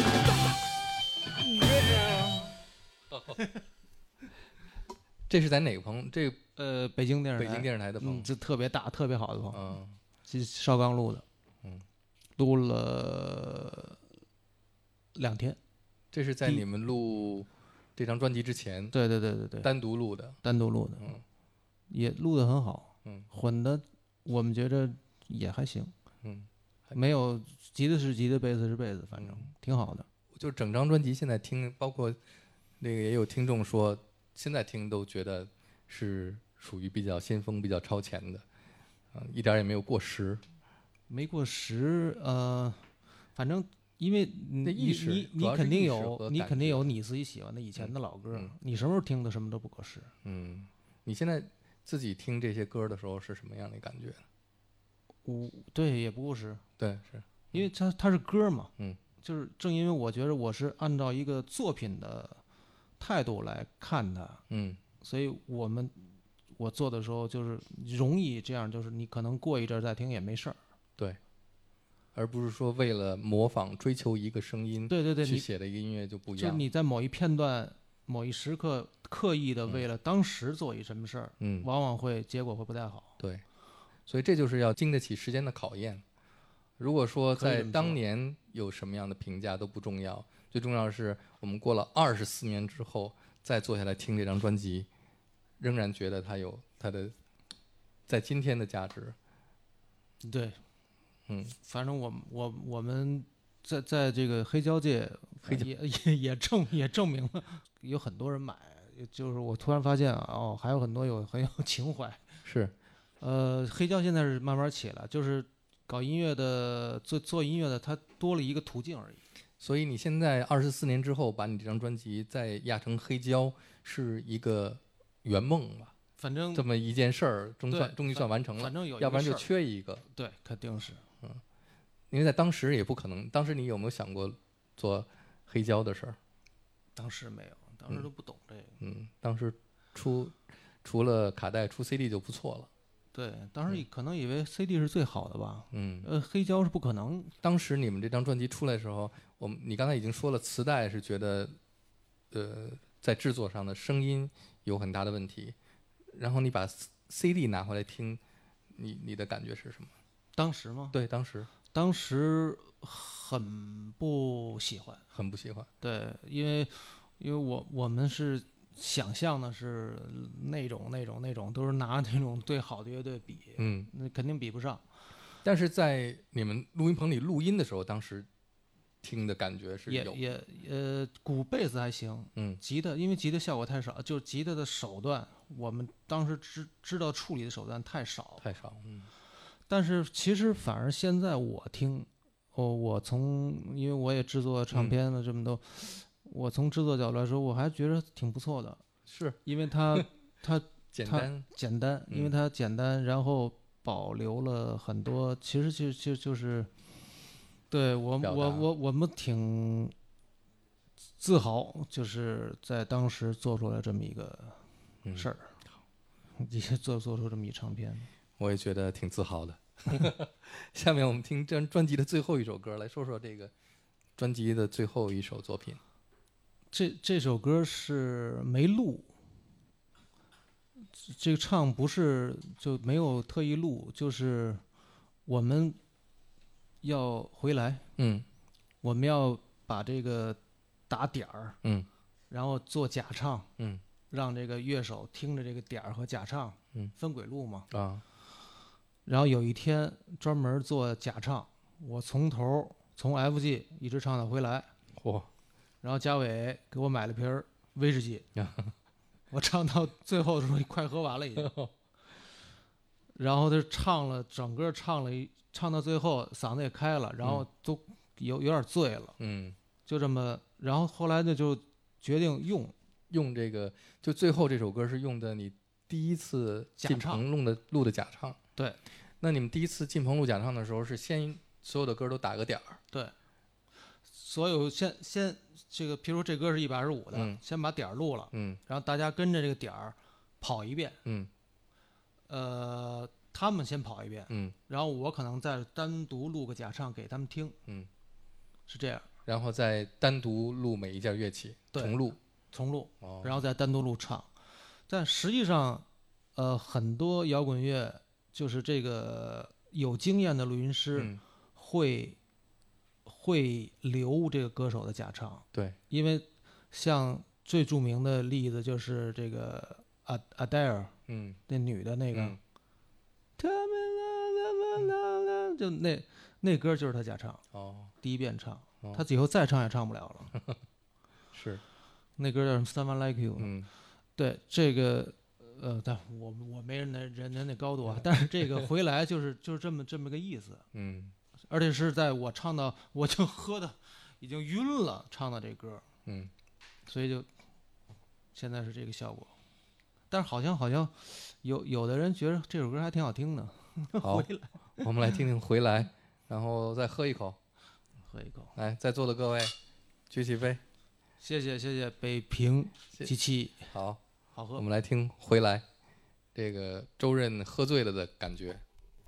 这是在哪个棚？这个呃，北京电视台， 北京电视台的棚， 嗯，这特别大、特别好的棚， 嗯， 是邵刚录的， 嗯， 录了两天。 这是在你们录这张专辑之前， 对对对对对， 单独录的， 单独录的， 嗯， 也录得很好， 嗯， 混的我们觉着也还行， 嗯， 没有吉他是吉他，贝斯是贝斯，反正嗯挺好的。 就是整张专辑现在听，包括那个也有听众说，现在听都觉得是属于比较先锋、比较超前的，啊、一点儿也没有过时。 没过时，呃，反正因为你那意识你主要是你肯定意识有和感你肯定觉有你自己喜欢的以前的老歌， 嗯你什么时候听的什么都不过时。 嗯，你现在自己听这些歌的时候是什么样的感觉？ 我对也不过时， 对，是因为它它是歌嘛， 嗯， 就是正因为我觉得我是按照一个作品的态度来看它， 嗯所以我们我做的时候就是容易这样，就是你可能过一阵儿再听也没事儿。 对，而不是说为了模仿、追求一个声音， 对对对，你去写的一个音乐就不一就是样。 你在某一片段、某一时刻刻意的为了当时做一什么事儿， 嗯， 往往会结果会不太好。 对，所以这就是要经得起时间的考验。如果说在当年有什么样的评价都不重要，最重要的是我们过了二十四年之后再坐下来听这张专辑，仍然觉得它有它的在今天的价值。 对， 嗯， 反正我我我们在在这个黑胶界， 黑胶也也也证也证明了有很多人买，就是我突然发现啊，哦，还有很多有很有情怀。 是， 呃，黑胶现在是慢慢起来，就是搞音乐的做做音乐的，它多了一个途径而已。 所以你现在二十四年之后把你这张专辑再压成黑胶，是一个圆梦吧？ 反正这么一件事儿，终算对终于算完成了， 反正有一个要不然就事儿缺一个。 对，肯定是。 因为在当时也不可能，当时你有没有想过做黑胶的事儿？ 当时没有，当时都不懂这个。 嗯，当时出除了卡带出 C D 就不错了。 对，当时可能以为 C D 是最好的吧。 嗯， 呃，黑胶是不可能。 当时你们这张专辑出来的时候，我们你刚才已经说了，磁带是觉得，呃，在制作上的声音有很大的问题。然后你把 C D 拿回来听，你你的感觉是什么？ 当时吗？ 对，当时当时很不喜欢， 很不喜欢。 对，因为因为我我们是想象的是那种那种那种，都是拿那种最好的乐队比， 嗯， 那肯定比不上。 但是在你们录音棚里录音的时候，当时听的感觉是有， 也也呃，鼓贝斯还行， 嗯吉他因为吉他效果太少，就吉他的手段，我们当时知知道处理的手段太少， 太少，嗯但是其实反而现在我听，哦，我从因为我也制作唱片了这么多，我从制作角度来说，我还觉得挺不错的， 是因为它它它简单， 简单，因为嗯它简单，然后保留了很多，其实就就就是，对我表达我我我们挺自豪，就是在当时做出来这么一个嗯事儿，也做做出这么一唱片。 我也觉得挺自豪的。下面我们听专专辑的最后一首歌，来说说这个专辑的最后一首作品。 这这首歌是没录，这个唱不是就没有特意录，就是我们要回来， 嗯我们要把这个打点儿， 嗯然后做假唱， 嗯让这个乐手听着这个点儿和假唱， 嗯分轨录嘛。 啊然后有一天专门做假唱，我从头从 F G 一直唱到回来， 嚯然后嘉伟给我买了瓶威士忌，我唱到最后的时候快喝完了已经，然后他唱了整个唱了一唱到最后嗓子也开了，然后都有有点醉了， 嗯， 就这么，然后后来呢就决定用用这个就最后这首歌是用的你第一次进假唱棚录的录的假唱。 对， 那你们第一次进棚录假唱的时候，是先所有的歌都打个点儿？ 对，所有先先这个，譬如说这歌是一百二十五的， 嗯先把点儿录了， 嗯然后大家跟着这个点儿跑一遍， 嗯呃，他们先跑一遍， 嗯然后我可能再单独录个假唱给他们听， 嗯， 是这样， 然后再单独录每一件乐器， 对重录。 重录， 哦， 然后再单独录唱。但实际上，呃，很多摇滚乐就是这个有经验的录音师嗯会、会留这个歌手的假唱， 对， 因为像最著名的例子就是这个阿阿黛尔嗯那女的那个， 嗯就那那歌就是她假唱， 哦第一遍唱， 哦她以后再唱也唱不了了。 是那歌叫什么？Someone Like You。 嗯对这个，呃，但我我没人那人人那高度啊，但是这个回来就是就是这么这么个意思， 嗯而且是在我唱到我就喝的已经晕了，唱到这歌， 嗯， 所以就现在是这个效果。但是好像好像有有的人觉得这首歌还挺好听的， 好， 回来我们来听听回来，然后再喝一口。 喝一口。 来，在座的各位，举起杯。 谢谢谢谢北平谢机器， 好， 好喝我。们来听回来，这个周润喝醉了的感觉。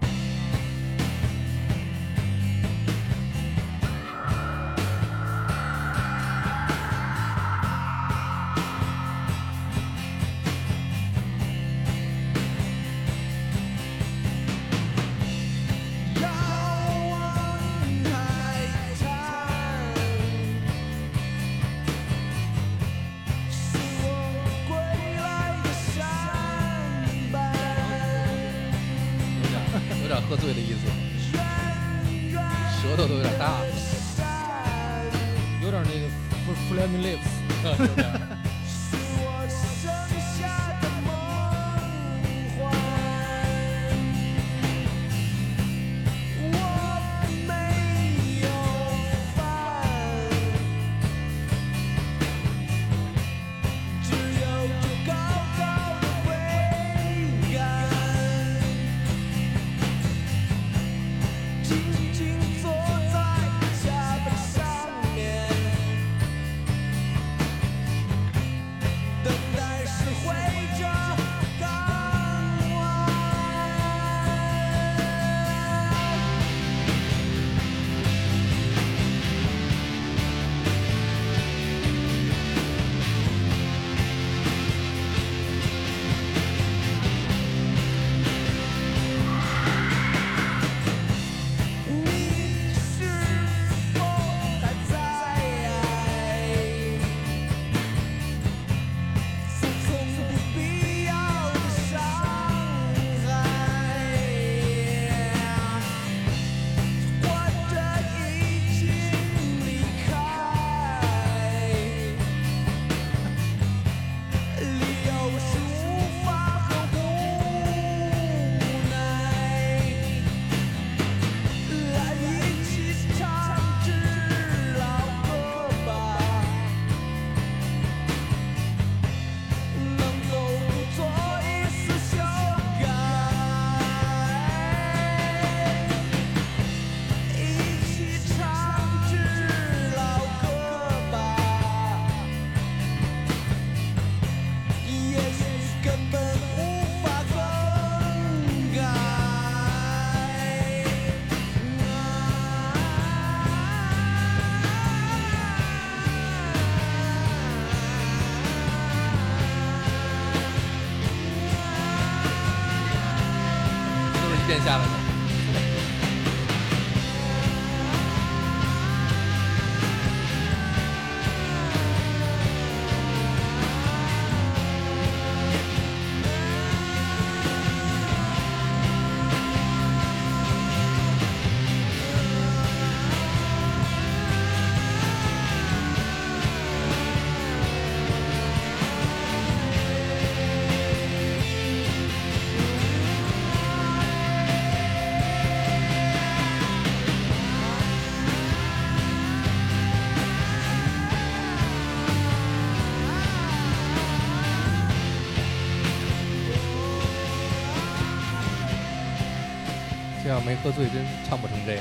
遥望海滩，是我归来的山伴。 有点喝醉的意思， 远远舌头都有点大。 山， 有点那个 Flaming Lips。 有点是我剩下的梦幻。我没有帆，只有这高高的桅杆，静静坐在甲板上面。 下来了。这要没喝醉，真唱不成这样。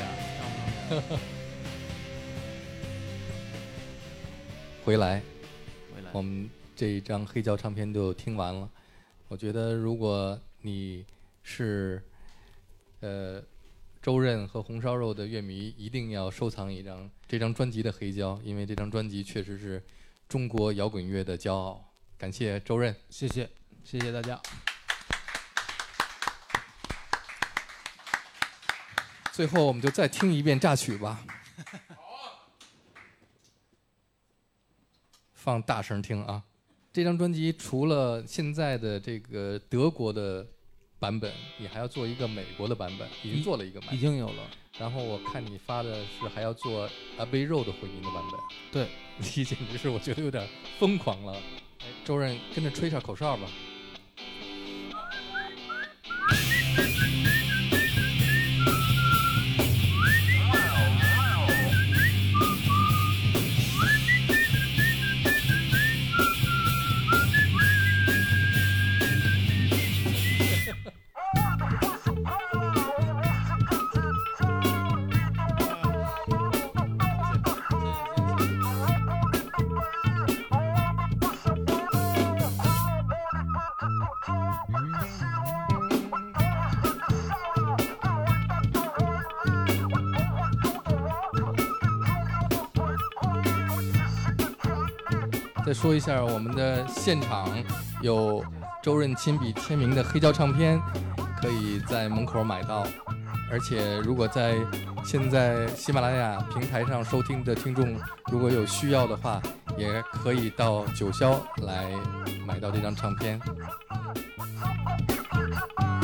回来， 回来我们这一张黑胶唱片都听完了。我觉得，如果你是呃周润和红烧肉的乐迷，一定要收藏一张这张专辑的黑胶，因为这张专辑确实是中国摇滚乐的骄傲。感谢周润， 谢谢谢谢大家。 最后我们就再听一遍榨曲吧，放大声听啊！这张专辑除了现在的这个德国的版本，你还要做一个美国的版本，已经做了一个版本， 已经有了。 然后我看你发的是还要做 Abbey Road 的混音的版本， 对， 你简直是我觉得有点疯狂了。哎，周润跟着吹下口哨吧。再说一下我们的现场有周润亲笔签名的黑胶唱片，可以在门口买到。而且如果在现在喜马拉雅平台上收听的听众，如果有需要的话，也可以到九霄来买到这张唱片。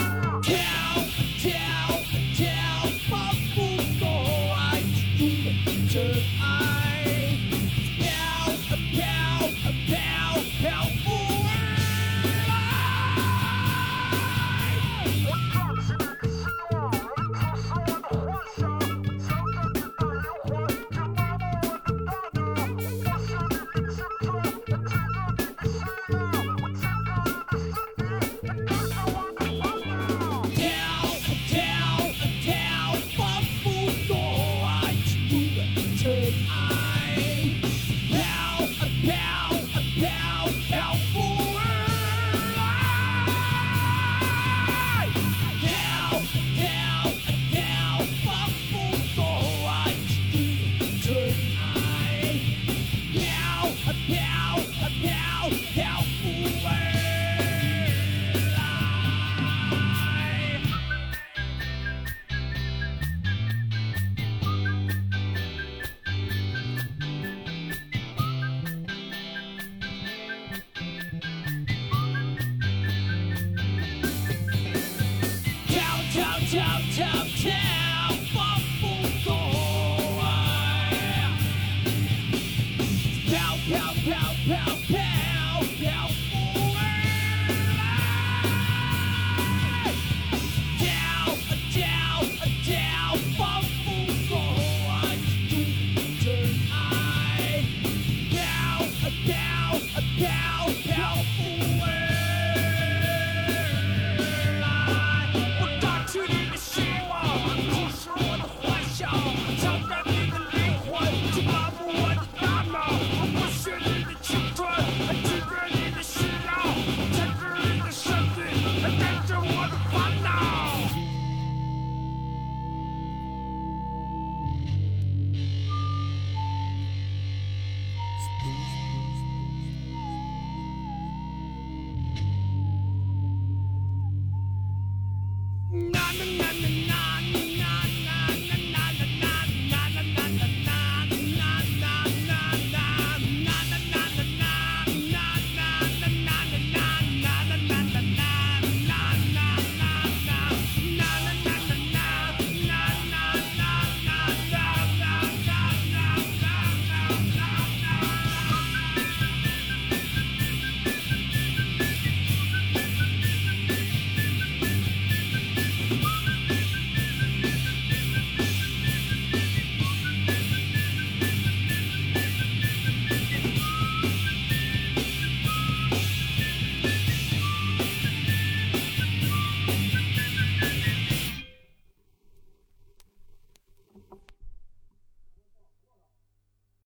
跳跳跳，跑不过爱。